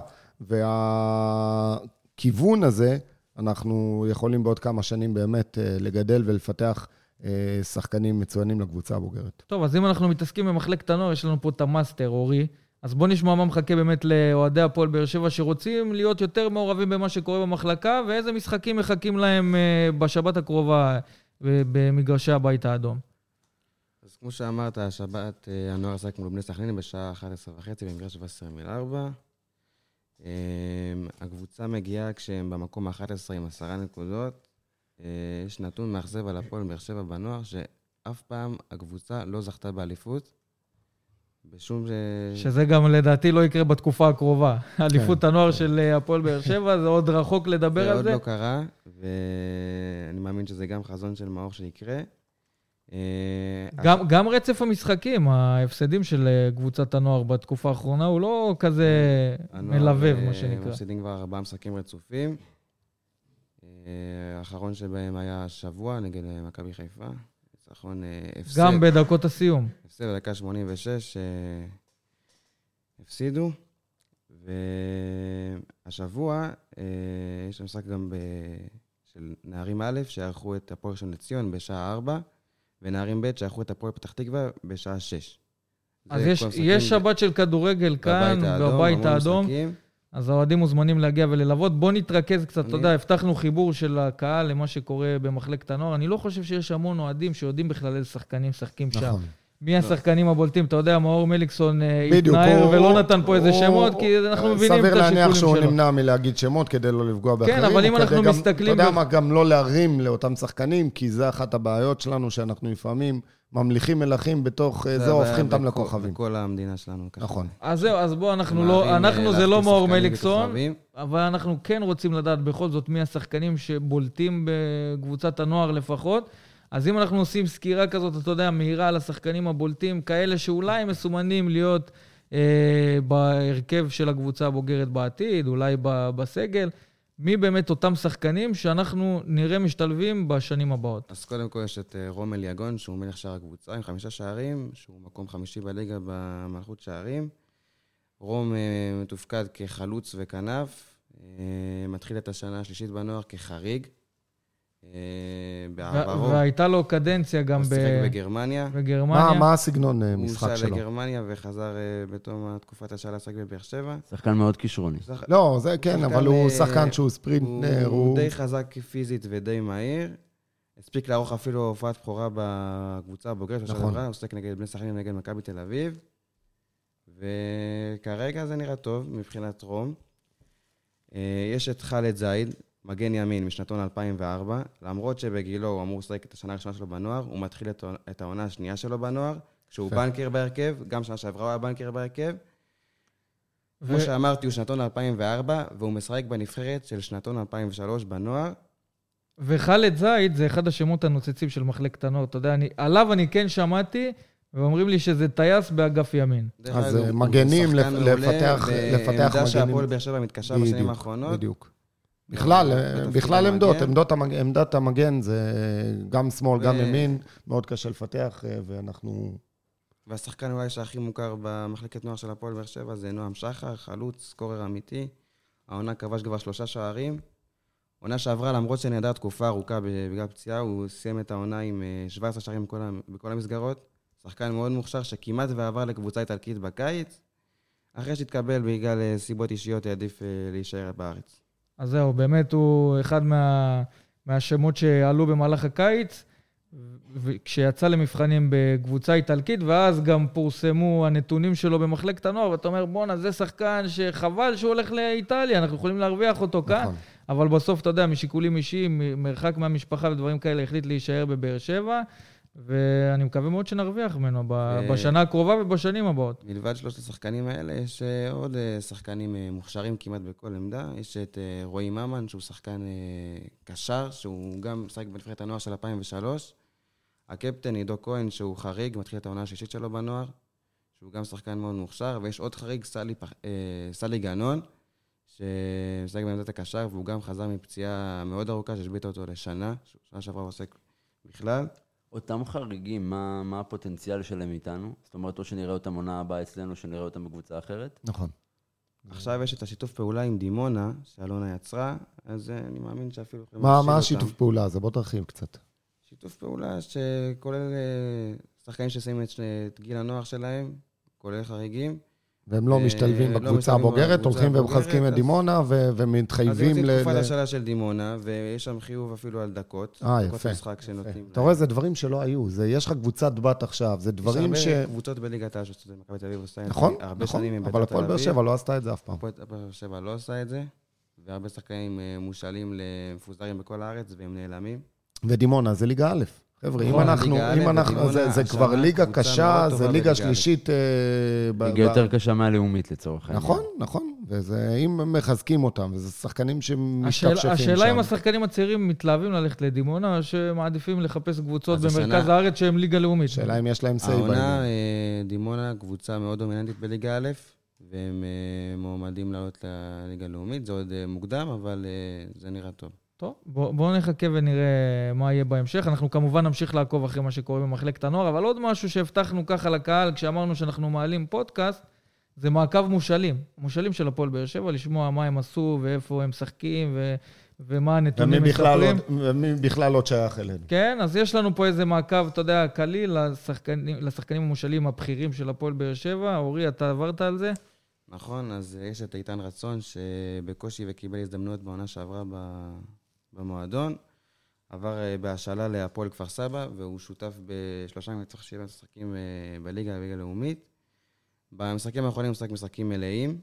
כיוון הזה, אנחנו יכולים בעוד כמה שנים באמת לגדל ולפתח שחקנים מצוינים לקבוצה הבוגרת. טוב, אז אם אנחנו מתעסקים במחלקת הנוער, יש לנו פה את המאסטר, אורי. אז בוא נשמע מה מחכה באמת לאוהדי הפועל באר שבע, שרוצים להיות יותר מעורבים במה שקורה במחלקה, ואיזה משחקים מחכים להם בשבת הקרובה במגרשי הבית האדום. אז כמו שאמרת, השבת הנוער עשה כמו בני סכנין בשעה 11:30 במגרש וסרמיל 4. הקבוצה מגיעה כשהם במקום 11 עם 10 נקודות. יש נתון מאכזב על הפועל באר שבע בנוער, שאף פעם הקבוצה לא זכתה באליפות, בשום שזה גם לדעתי לא יקרה בתקופה הקרובה. אליפות הנוער של הפועל באר שבע, זה עוד רחוק לדבר על זה. זה עוד לא קרה, ואני מאמין שזה גם חזון של מאור שיקרה. גם רצף המשחקים, ההפסדים של קבוצת הנוער בתקופה האחרונה, הוא לא כזה מלבב, מה שנקרא. מפסידים כבר 4 משחקים רצופים. האחרון שבהם היה שבוע נגד מכבי חיפה. ניצחון הפסד. גם בדקות הסיום. הפסד בדקה 86 הפסידו. והשבוע יש משחק גם של נערים א' שערכו את הפועל ראשון לציון בשעה 4, ונערים ב' שערכו את הפועל פתח תקווה בשעה 6. אז יש שבת של כדורגל כאן, בבית האדום. אז האוהדים מוזמנים להגיע וללוות. בוא נתרכז קצת, אתה יודע, הבטחנו חיבור של הקהל למה שקורה במחלקת הנוער. אני לא חושב שיש המון אוהדים שיודעים בכלל איזה שחקנים משחקים שם. מי השחקנים הבולטים? אתה יודע, מאור מליקסון התנער ולא נתן פה איזה שמות, כי אנחנו מבינים את השיקולים שלו. סביר להניח שהוא נמנע מלהגיד שמות כדי לא לפגוע באחרים. כן, אבל אם אנחנו מסתכלים... אתה יודע מה, גם לא להרים לאותם שחקנים, כי זה אחת הבעיות שלנו, שאנחנו לפעמים ממליכים מלכים בתוך זה, הופכים אותם לכוכבים. בכל המדינה שלנו. נכון. אז זהו, אז בואו, אנחנו זה לא מאור מליקסון, אבל אנחנו כן רוצים לדעת בכל זאת מי השחקנים שבולטים בקבוצת הנוער לפחות. אז אם אנחנו עושים סקירה כזאת, אתה יודע, מהירה על השחקנים הבולטים, כאלה שאולי מסומנים להיות בהרכב של הקבוצה הבוגרת בעתיד, אולי בסגל, מי באמת אותם שחקנים שאנחנו נראה משתלבים בשנים הבאות? אז קודם כל יש את רומל יגון, שהוא מלך שער הקבוצה עם 5 שערים, שהוא מקום 5 בליגה במלכות שערים. רום מתופקד כחלוץ וכנף, מתחיל את השנה השלישית בנוער כחריג. והייתה לו קדנציה גם הוא שיחק בגרמניה. מה הסגנון משחק שלו? הוא הוסע לגרמניה וחזר בתום תקופת השאלה לשחק בבאר שבע. שחקן מאוד כישרוני. לא, זה כן, אבל הוא שחקן שהוא ספרינטר. הוא די חזק פיזית ודי מהיר. הספיק לערוך אפילו הופעת בכורה בקבוצה הבוגרת. נכון. הוא עוסק נגד בני סכנין נגד מכבי תל אביב. וכרגע זה נראה טוב מבחינת רום. יש את חאלד זייד. מגן ימין משנתון 2004, למרות שבגילו הוא אמור לשחק את השנה הראשונה שלו בנוער, הוא מתחיל את העונה השנייה שלו בנוער, כשהוא בנקר בהרכב, גם שנה שעברה הוא היה בנקר בהרכב. כמו שאמרתי, הוא שנתון 2004, והוא משחק בנבחרת של שנתון 2003 בנוער. וחאלד זייד זה אחד השמות הנוצצים של מחלקת הנוער, אתה יודע, עליו אני כן שמעתי, ואומרים לי שזה טייס באגף ימין. אז מגנים, לפתח מגנים. עמדה שהפועל באר שבע מתקשר בשנים האחרונות. בדיוק. בכלל עמדת המגן זה גם שמאל, גם ימין, מאוד קשה לפתח, ואנחנו... והשחקן אולי שהכי מוכר במחלקת נוער של הפועל באר שבע זה נועם שחר, חלוץ, סקורר אמיתי. העונה כבש כבר 3 שערים. עונה שעברה, למרות שנעדר תקופה ארוכה בגלל פציעה, הוא סיים את העונה עם 17 שערים בכל המסגרות. שחקן מאוד מוכשר שכמעט ועבר לקבוצה איטלקית בקיץ. אחרי שהתקבל בגלל סיבות אישיות, העדיף להישאר בארץ. אז זהו, באמת הוא אחד מהשמות שעלו במהלך הקיץ, כשיצא למבחנים בקבוצה איטלקית, ואז גם פורסמו הנתונים שלו במחלקת הנוער, ואתה אומר, בונה, זה שחקן שחבל שהוא הולך לאיטליה, אנחנו יכולים להרוויח אותו כאן, אבל בסוף, אתה יודע, משיקולים אישיים, מרחק מהמשפחה ודברים כאלה, החליט להישאר בבאר שבע, ואני מקווה מאוד שנרוויח ממנו בשנה הקרובה ובשנים הבאות. מלבד 3 השחקנים האלה, יש עוד שחקנים מוכשרים כמעט בכל עמדה. יש את רועי ממן, שהוא שחקן קשר, שהוא גם משחק בנבחרת הנוער של 2003. הקפטן עידו כהן, שהוא חריג, מתחיל את העונה השלישית שלו בנוער, שהוא גם שחקן מאוד מוכשר. ויש עוד חריג, סלי גנון, שמשחק בעמדת הקשר, והוא גם חזר מפציעה מאוד ארוכה, שהשביתה אותו לשנה. שנה שעברה הוא עוסק בכלל. אותם חריגים, מה הפוטנציאל שלהם איתנו? זאת אומרת, או שנראה אותם עונה הבאה אצלנו, שנראה אותם בקבוצה אחרת? נכון. עכשיו יש את השיתוף פעולה עם דימונה, שאלונה יצרה, אז אני מאמין שאפילו... מה השיתוף פעולה? זה בוא תרחיב קצת. שיתוף פעולה שכולל שחקנים ששמים את גיל הנוער שלהם, כולל חריגים. והם לא משתלבים בקבוצה הבוגרת, הולכים ומחזקים את דימונה ומתחייבים אז יוצאים תקופת השאלה של דימונה, ויש שם חיוב אפילו על דקות. יפה. אתה רואה, זה דברים שלא היו. יש לך קבוצת בת עכשיו, זה דברים יש הרבה קבוצות בליגת העל שעושות את זה, מכבי תל אביב עושה את זה. נכון, אבל הפועל באר שבע לא עשתה את זה אף פעם. הפועל באר שבע לא עושה את זה, והרבה שחקנים מושאלים למפוזרים בכל הארץ, והם נעלמים. ודימונה זה ליגה א'. חבר'ה, אם אנחנו, זה כבר ליגה קשה, זה ליגה שלישית. ליגה יותר קשה מהלאומית לצורך העניין. נכון, נכון. ואם מחזקים אותם, וזה שחקנים שמשתפשפים שם. השאלה אם השחקנים הצעירים מתלהבים ללכת לדימונה, או שמעדיפים לחפש קבוצות במרכז הארץ שהם ליגה לאומית. השאלה אם יש להם סייב. העונה, דימונה קבוצה מאוד דומיננטית בליגה א', והם מועמדים לעלות לליגה לאומית. זה עוד מוקדם, אבל זה נראה טוב. טוב, בואו נחכה ונראה מה יהיה בהמשך. אנחנו כמובן נמשיך לעקוב אחרי מה שקורה במחלקת הנוער, אבל עוד משהו שהבטחנו ככה לקהל, כשאמרנו שאנחנו מעלים פודקאסט, זה מעקב מושאלים. מושאלים של הפועל באר שבע, לשמוע מה הם עשו ואיפה הם משחקים ומה הנתונים מספרים. ומי בכלל עוד שייך אלינו. כן, אז יש לנו פה איזה מעקב, אתה יודע, קליל, לשחקנים המושאלים הבכירים של הפועל באר שבע. אורי, אתה עברת על זה? נכון, אז יש את איתן רצון, שבקושי וקיבל הזדמנות בעונה שעברה במועדון, עבר בהשאלה להפועל כפר סבא, והוא שותף בשלושה משחקים בליגה הלאומית. במשחקים האחרונים הוא משחקים מלאים,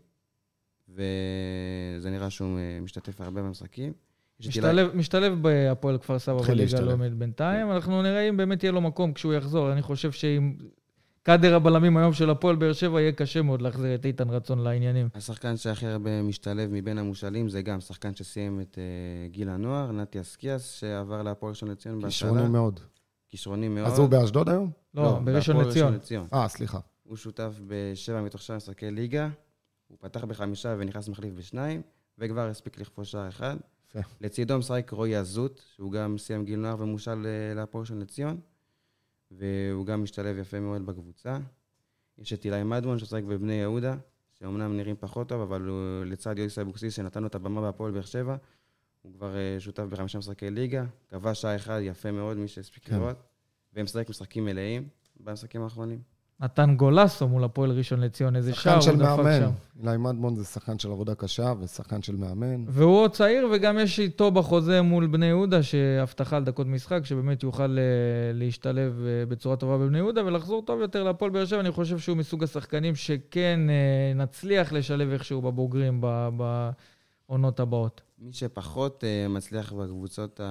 וזה נראה שהוא משתתף הרבה במשחקים. משתלב בהפועל כפר סבא בליגה הלאומית בינתיים. אנחנו נראה אם באמת יהיה לו מקום כשהוא יחזור. אני חושב שאם קאדר הבלמים היום של הפועל באר שבע יהיה קשה מאוד להחזיר את איתן רצון לעניינים. השחקן שהכי הרבה משתלב מבין המושאלים זה גם שחקן שסיים את גיל הנוער, נתי אסקיאס, שעבר להפועל ראשון לציון בהשאלה. כישרוני מאוד. כישרוני מאוד. אז הוא באשדוד היום? לא, בראשון לציון. סליחה. הוא שותף ב7 מתוך 7 משחקי ליגה, הוא פתח ב5 ונכנס מחליף ב2, וכבר הספיק לכבוש שער אחד. לצידו משחק רועי עזות, שהוא גם סיים גיל נוער ומושל להפועל ראשון לציון. והוא גם משתלב יפה מאוד בקבוצה. יש את אילי מדמון ששחק בבני יהודה, שאומנם נראים פחות טוב, אבל הוא לצד יויסי אבוקסיס שנתן לו את הבמה בהפועל באר שבע. הוא כבר שותף ב5 משחקי ליגה, כבש שער אחד יפה מאוד, מי שהספיק לראות, והם משחקים מלאים במשחקים האחרונים. נתן גולסו מול הפועל ראשון לציון, איזה שער הוא דפק שם. שחקן של מאמן. אילי מדמון זה שחקן של עבודה קשה, ושחקן של מאמן. והוא עוד צעיר, וגם יש איתו בחוזה מול בני יהודה, שהבטחה על דקות משחק, שבאמת יוכל להשתלב בצורה טובה בבני יהודה, ולחזור טוב יותר להפועל באר שבע. אני חושב שהוא מסוג השחקנים שכן נצליח לשלב איכשהו בבוגרים בעונות הבאות. מי שפחות מצליח בקבוצות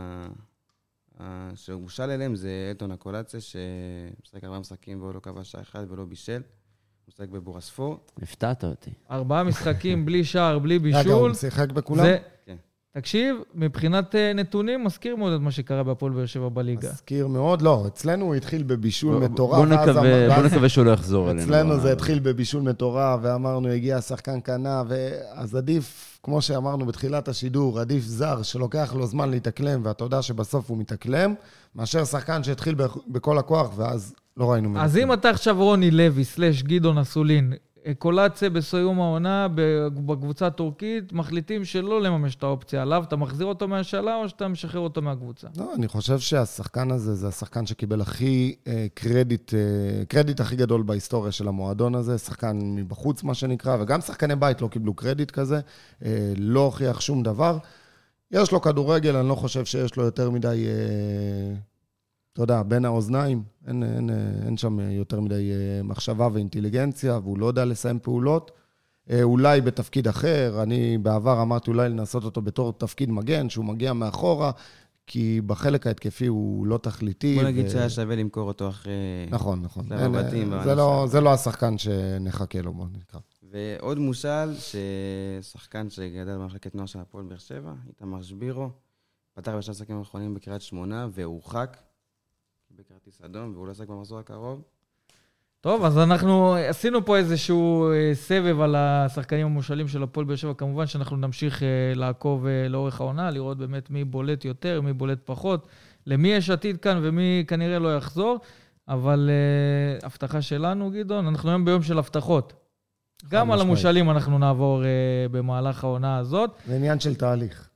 שהושל אליהם זה אלטון הקולציה, שמשחק 4 משחקים והוא לא כבש שער אחד ולא בישל. הוא משחק בבורספור. הפתעת אותי. 4 משחקים בלי שער, בלי בישול. רגע, הוא משחק בכולם? כן. תקשיב, מבחינת נתונים, מזכיר מאוד את מה שקרה בהפועל באר שבע בליגה. מזכיר מאוד, לא, אצלנו הוא התחיל בבישול מטורף. בוא נקווה שהוא לא יחזור אלינו. אצלנו זה התחיל בבישול מטורף, ואמרנו, הגיע שחקן קנה, אז עדיף, כמו שאמרנו בתחילת השידור, עדיף זר שלוקח לו זמן להתאקלם, ואתה יודע שבסוף הוא מתאקלם, מאשר שחקן שהתחיל בכל הכוח, ואז לא ראינו מי. אז אם אתה עכשיו רוני לוי, גדעון אסולין, קולציה בסיום העונה בקבוצה הטורקית, מחליטים שלא לממש את האופציה עליו, אתה מחזיר אותו מהשאלה או שאתה משחרר אותו מהקבוצה? לא, אני חושב שהשחקן הזה זה השחקן שקיבל הכי קרדיט הכי גדול בהיסטוריה של המועדון הזה, שחקן מבחוץ מה שנקרא, וגם שחקני בית לא קיבלו קרדיט כזה, לא הוכיח שום דבר. יש לו כדורגל, אני לא חושב שיש לו יותר מדי, אתה יודע, בין האוזניים, אין שם יותר מדי מחשבה ואינטליגנציה, והוא לא יודע לסיים פעולות. אולי בתפקיד אחר, אני בעבר אמרתי אולי לנסות אותו בתור תפקיד מגן, שהוא מגיע מאחורה, כי בחלק ההתקפי הוא לא תכליתי. בוא נגיד שהיה שווה למכור אותו אחרי... נכון. זה לא השחקן שנחכה לו, בוא נקרא. ועוד מושל, ששחקן שגדל במחלקת נוער של הפועל באר שבע, איתמר שבירו, פתח בשני המשחקים האחרונים בקריית שמונה, והורחק בכרטיס אדום, והוא לא עסק במחזור הקרוב. טוב, אז אנחנו עשינו פה איזשהו סבב על השחקנים המושאלים של הפועל באר שבע. כמובן שאנחנו נמשיך לעקוב לאורך העונה, לראות באמת מי בולט יותר, מי בולט פחות, למי יש עתיד כאן ומי כנראה לא יחזור. אבל הבטחה שלנו, גדעון, אנחנו היום ביום של הבטחות. גם על המושאלים אנחנו נעבור במהלך העונה הזאת. זה עניין של תהליך.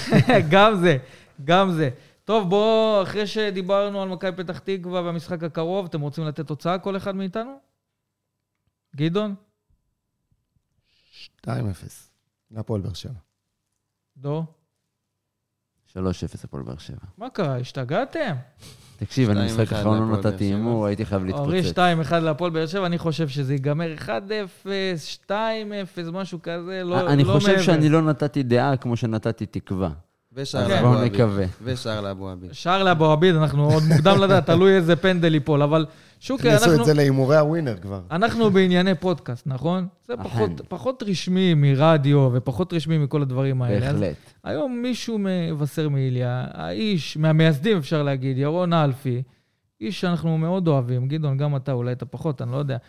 גם זה. טוב, בואו, אחרי שדיברנו על מכבי פתח תקווה והמשחק הקרוב, אתם רוצים לתת תוצאה כל אחד מאיתנו? גדעון? 2-0. הפועל באר שבע. דור? 3-0 הפועל באר שבע. מה קרה? השתגעתם? תקשיב, אני משחק אחרון לא נתתי הימור, הייתי חייב להתפוצץ. אורי 2-1 להפועל באר שבע, אני חושב שזה ייגמר 1-0, 2-0, משהו כזה, לא מעבר. אני חושב שאני לא נתתי דעה כמו שנתתי תקווה. ושער לאבו עביד. נקווה. ושער לאבו עביד. שער לאבו עביד, אנחנו עוד מוקדם לדעת, תלוי איזה פנדל ייפול, אבל שוקר, תנסו את זה להימורי הווינר כבר. אנחנו בענייני פודקאסט, נכון? זה פחות רשמי מרדיו ופחות רשמי מכל הדברים האלה. בהחלט. היום מישהו מבשרמיליה, האיש, מהמייסדים אפשר להגיד, ירון אלפי, איש שאנחנו מאוד אוהבים, גדעון, גם אתה, אולי אתה פחות, אני לא יודע.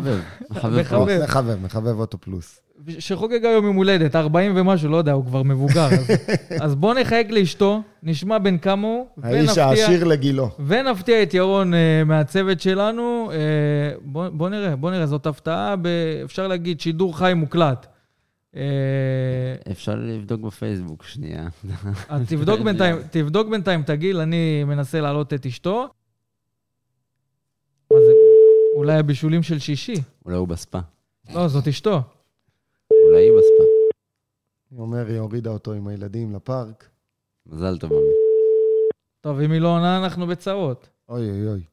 מחבב אוטו פלוס. שחוגג היום עם הולדת, 40 ומשהו, לא יודע, הוא כבר מבוגר. אז בוא נחייג לאשתו, נשמע בין כמה הוא, האיש העשיר לגילו. ונפתיע את ירון מהצוות שלנו. בוא נראה, זאת הפתעה, אפשר להגיד שידור חי מוקלט. אפשר לבדוק בפייסבוק, שנייה. תבדוק בינתיים, תגיל, אני מנסה להעלות את אשתו. אולי הבישולים של שישי. אולי הוא בספה. לא, זאת אשתו. אולי היא בספה. היא אומר, היא הורידה אותו עם הילדים לפארק. מזל טוב, ממי. טוב, אם היא לא עונה, אנחנו בצרות. אוי, אוי, אוי.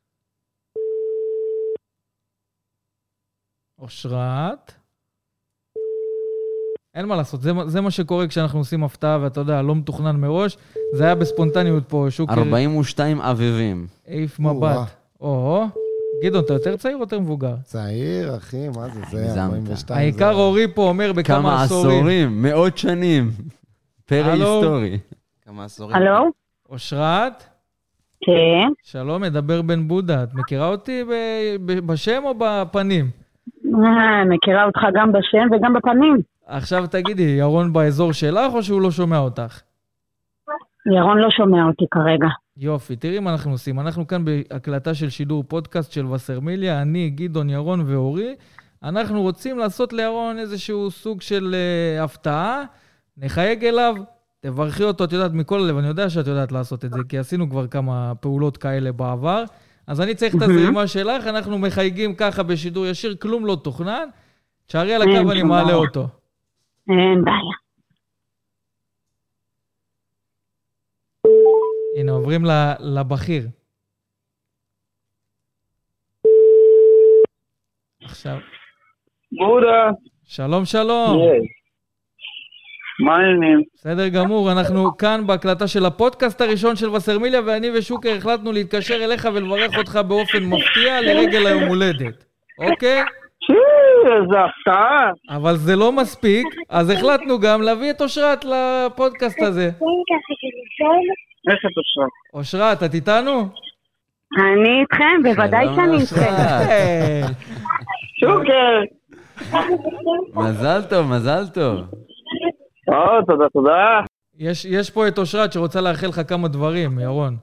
אושרת. אין מה לעשות, זה מה שקורה כשאנחנו עושים הפתעה, ואתה יודע, לא מתוכנן מראש. זה היה בספונטניות פה, שוקר. 42 אביבים. העיף מבט. גדעון, אתה יותר צעיר או יותר מבוגר? צעיר, אחי, מה זה? זה 42. העיקר אורי פה אומר בכמה עשורים. כמה עשורים, מאות שנים. פרא היסטורי. כמה עשורים. הלו? אושרת? כן. שלום, מדבר בן בודה. את מכירה אותי בשם או בפנים? מכירה אותך גם בשם וגם בפנים. עכשיו תגידי, ירון באזור שלך או שהוא לא שומע אותך? ירון לא שומע אותי כרגע. יופי, תראי מה אנחנו עושים. אנחנו כאן בהקלטה של שידור פודקאסט של וסרמיליה, אני, גדעון, ירון ואורי. אנחנו רוצים לעשות לירון איזשהו סוג של הפתעה. נחייג אליו, תברכי אותו, את יודעת מכל הלב, אני יודע שאת יודעת לעשות את זה, כי עשינו כבר כמה פעולות כאלה בעבר. אז אני צריך את הזרימה שלך, אנחנו מחייגים ככה בשידור ישיר, כלום לא תוכנן. תשארי על הקו, אני מעלה אותו. אין בעיה. הנה, עוברים לבחיר. עכשיו. בודה. שלום, שלום. מה העניינים? בסדר גמור, אנחנו כאן בהקלטה של הפודקאסט הראשון של וסרמיליה, ואני ושוקר החלטנו להתקשר אליך ולברך אותך באופן מפתיע לרגל היום הולדת. אוקיי? איזה הפתעה. אבל זה לא מספיק, אז החלטנו גם להביא את אושרת לפודקאסט הזה. איך את אושרת? אושרת, את איתנו? אני איתכם, בוודאי שאני איתכם. שוקר. מזל טוב, מזל טוב. תודה, תודה. יש פה את אושרת שרוצה לאחל לך כמה דברים, ירון.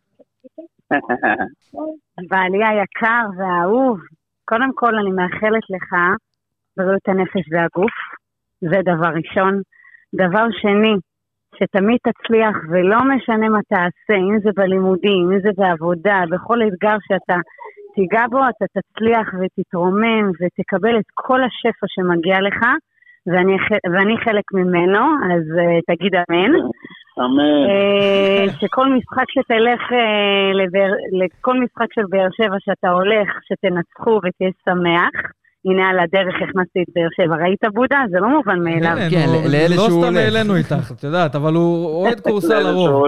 בעלי היקר והאהוב, קודם כל אני מאחלת לך בריאות הנפש והגוף, זה דבר ראשון. דבר שני, שתמיד תצליח ולא משנה מה תעשה, אם זה בלימודים, אם זה בעבודה, בכל אתגר שאתה תיגע בו, אתה תצליח ותתרומם ותקבל את כל השפע שמגיע לך, ואני חלק ממנו, אז תגיד אמן. אמן. שכל משחק שתלך, לכל משחק של באר שבע שאתה הולך, שתנצחו ותהיה שמח. הנה על הדרך הכנסתי את באר שבע. ראית בודה? זה לא מובן מאליו. כן, לאלה שהוא הולך. לא סתם העלינו איתך, את יודעת, אבל הוא אוהד קורסה לרוב.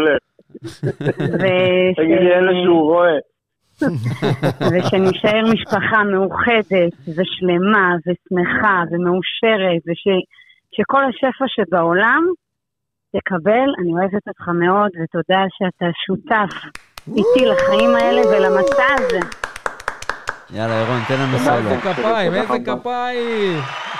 תגידי אלה שהוא רואה. ושנשאר משפחה מאוחדת ושלמה ושמחה ומאושרת, ושכל השפע שבעולם תקבל. אני אוהבת אותך מאוד, ותודה שאתה שותף איתי לחיים האלה ולמצע הזה. יאללה, ירון, תן לנו סולו. איזה כפיים, איזה כפיים.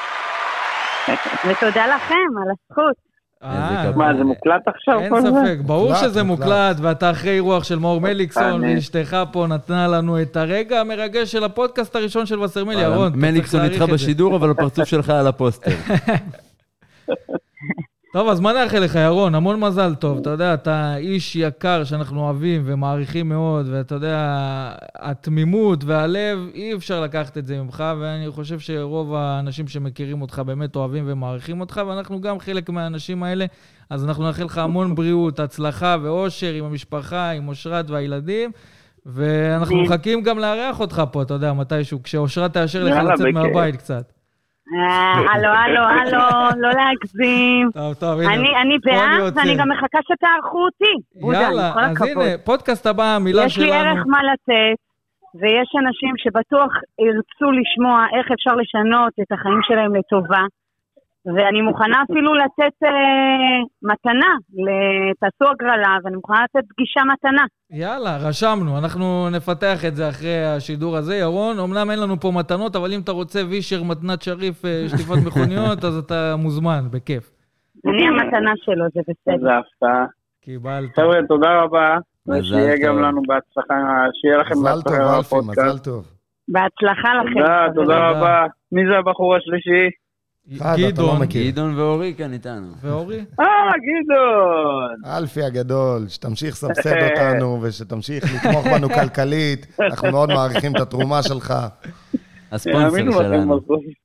ותודה לכם על הזכות. מה, זה מוקלט עכשיו? אין ספק, ברור שזה מוקלט, ואתה אחרי אירוח של מאור מליקסון, ואשתך פה נתנה לנו את הרגע המרגש של הפודקאסט הראשון של וסרמיליה, ירון. מליקסון איתך בשידור, אבל הפרצוף שלך על הפוסטר. טוב, אז מה נאחל לך, ירון? המון מזל טוב. אתה יודע, אתה איש יקר שאנחנו אוהבים ומעריכים מאוד, ואתה יודע, התמימות והלב, אי אפשר לקחת את זה ממך, ואני חושב שרוב האנשים שמכירים אותך באמת אוהבים ומעריכים אותך, ואנחנו גם חלק מהאנשים האלה, אז אנחנו נאחל לך המון בריאות, הצלחה ואושר עם המשפחה, עם אושרת והילדים, ואנחנו מחכים גם לארח אותך פה, אתה יודע, מתישהו, כשאושרת תאשר לך לצאת מהבית קצת. הלו, לא להגזים. טוב, הנה. אני בעד, ואני גם מחכה שתערכו אותי. יאללה, אז הנה, פודקאסט הבא, המילה שלנו. יש לי ערך מה לתת, ויש אנשים שבטוח ירצו לשמוע איך אפשר לשנות את החיים שלהם לטובה, ואני מוכנה אפילו לתת מתנה, תעשו הגרלה, ואני מוכנה לתת פגישה מתנה. יאללה, רשמנו, אנחנו נפתח את זה אחרי השידור הזה. ירון, אמנם אין לנו פה מתנות, אבל אם אתה רוצה וישר מתנת שריף שטיפות מכוניות, אז אתה מוזמן, בכיף. אני המתנה שלו, זה בסדר. זה הפתעה. קיבלת. חבר'ה, תודה רבה. ושיהיה גם לנו בהצלחה, שיהיה לכם בהצלחה בפודקאסט. מזל טוב. בהצלחה לכם. תודה רבה. מי זה הבחור השלישי? גדעון ואורי כאן איתנו. ואורי? גדעון! אלפי הגדול, שתמשיך לסבסד אותנו ושתמשיך לתמוך בנו כלכלית. אנחנו מאוד מעריכים את התרומה שלך. הספונסר שלנו.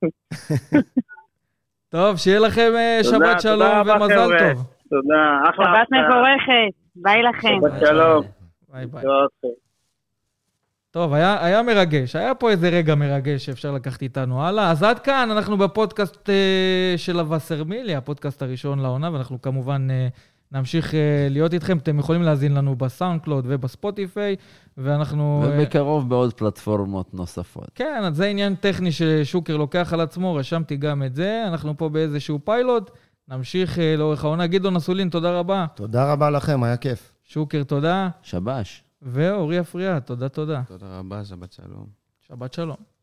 טוב, שיהיה לכם שבת שלום ומזל טוב. תודה, אחלה. שבת מבורכת. ביי לכם. שבת שלום. ביי ביי. טוב, היה מרגש. היה פה איזה רגע מרגש שאפשר לקחת איתנו הלאה. אז עד כאן, אנחנו בפודקאסט של הווסרמילי, הפודקאסט הראשון לעונה, ואנחנו כמובן נמשיך להיות איתכם. אתם יכולים להזין לנו בסאונדקלאוד ובספוטיפיי, ואנחנו... ובקרוב בעוד פלטפורמות נוספות. כן, אז זה עניין טכני ששוקר לוקח על עצמו, רשמתי גם את זה. אנחנו פה באיזשהו פיילוט, נמשיך לאורך העונה. גדעון אסולין, תודה רבה. תודה רבה לכם, היה כיף. שוקר, תודה. שבש. ואורי אפריה, תודה. תודה רבה, שבת שלום. שבת שלום.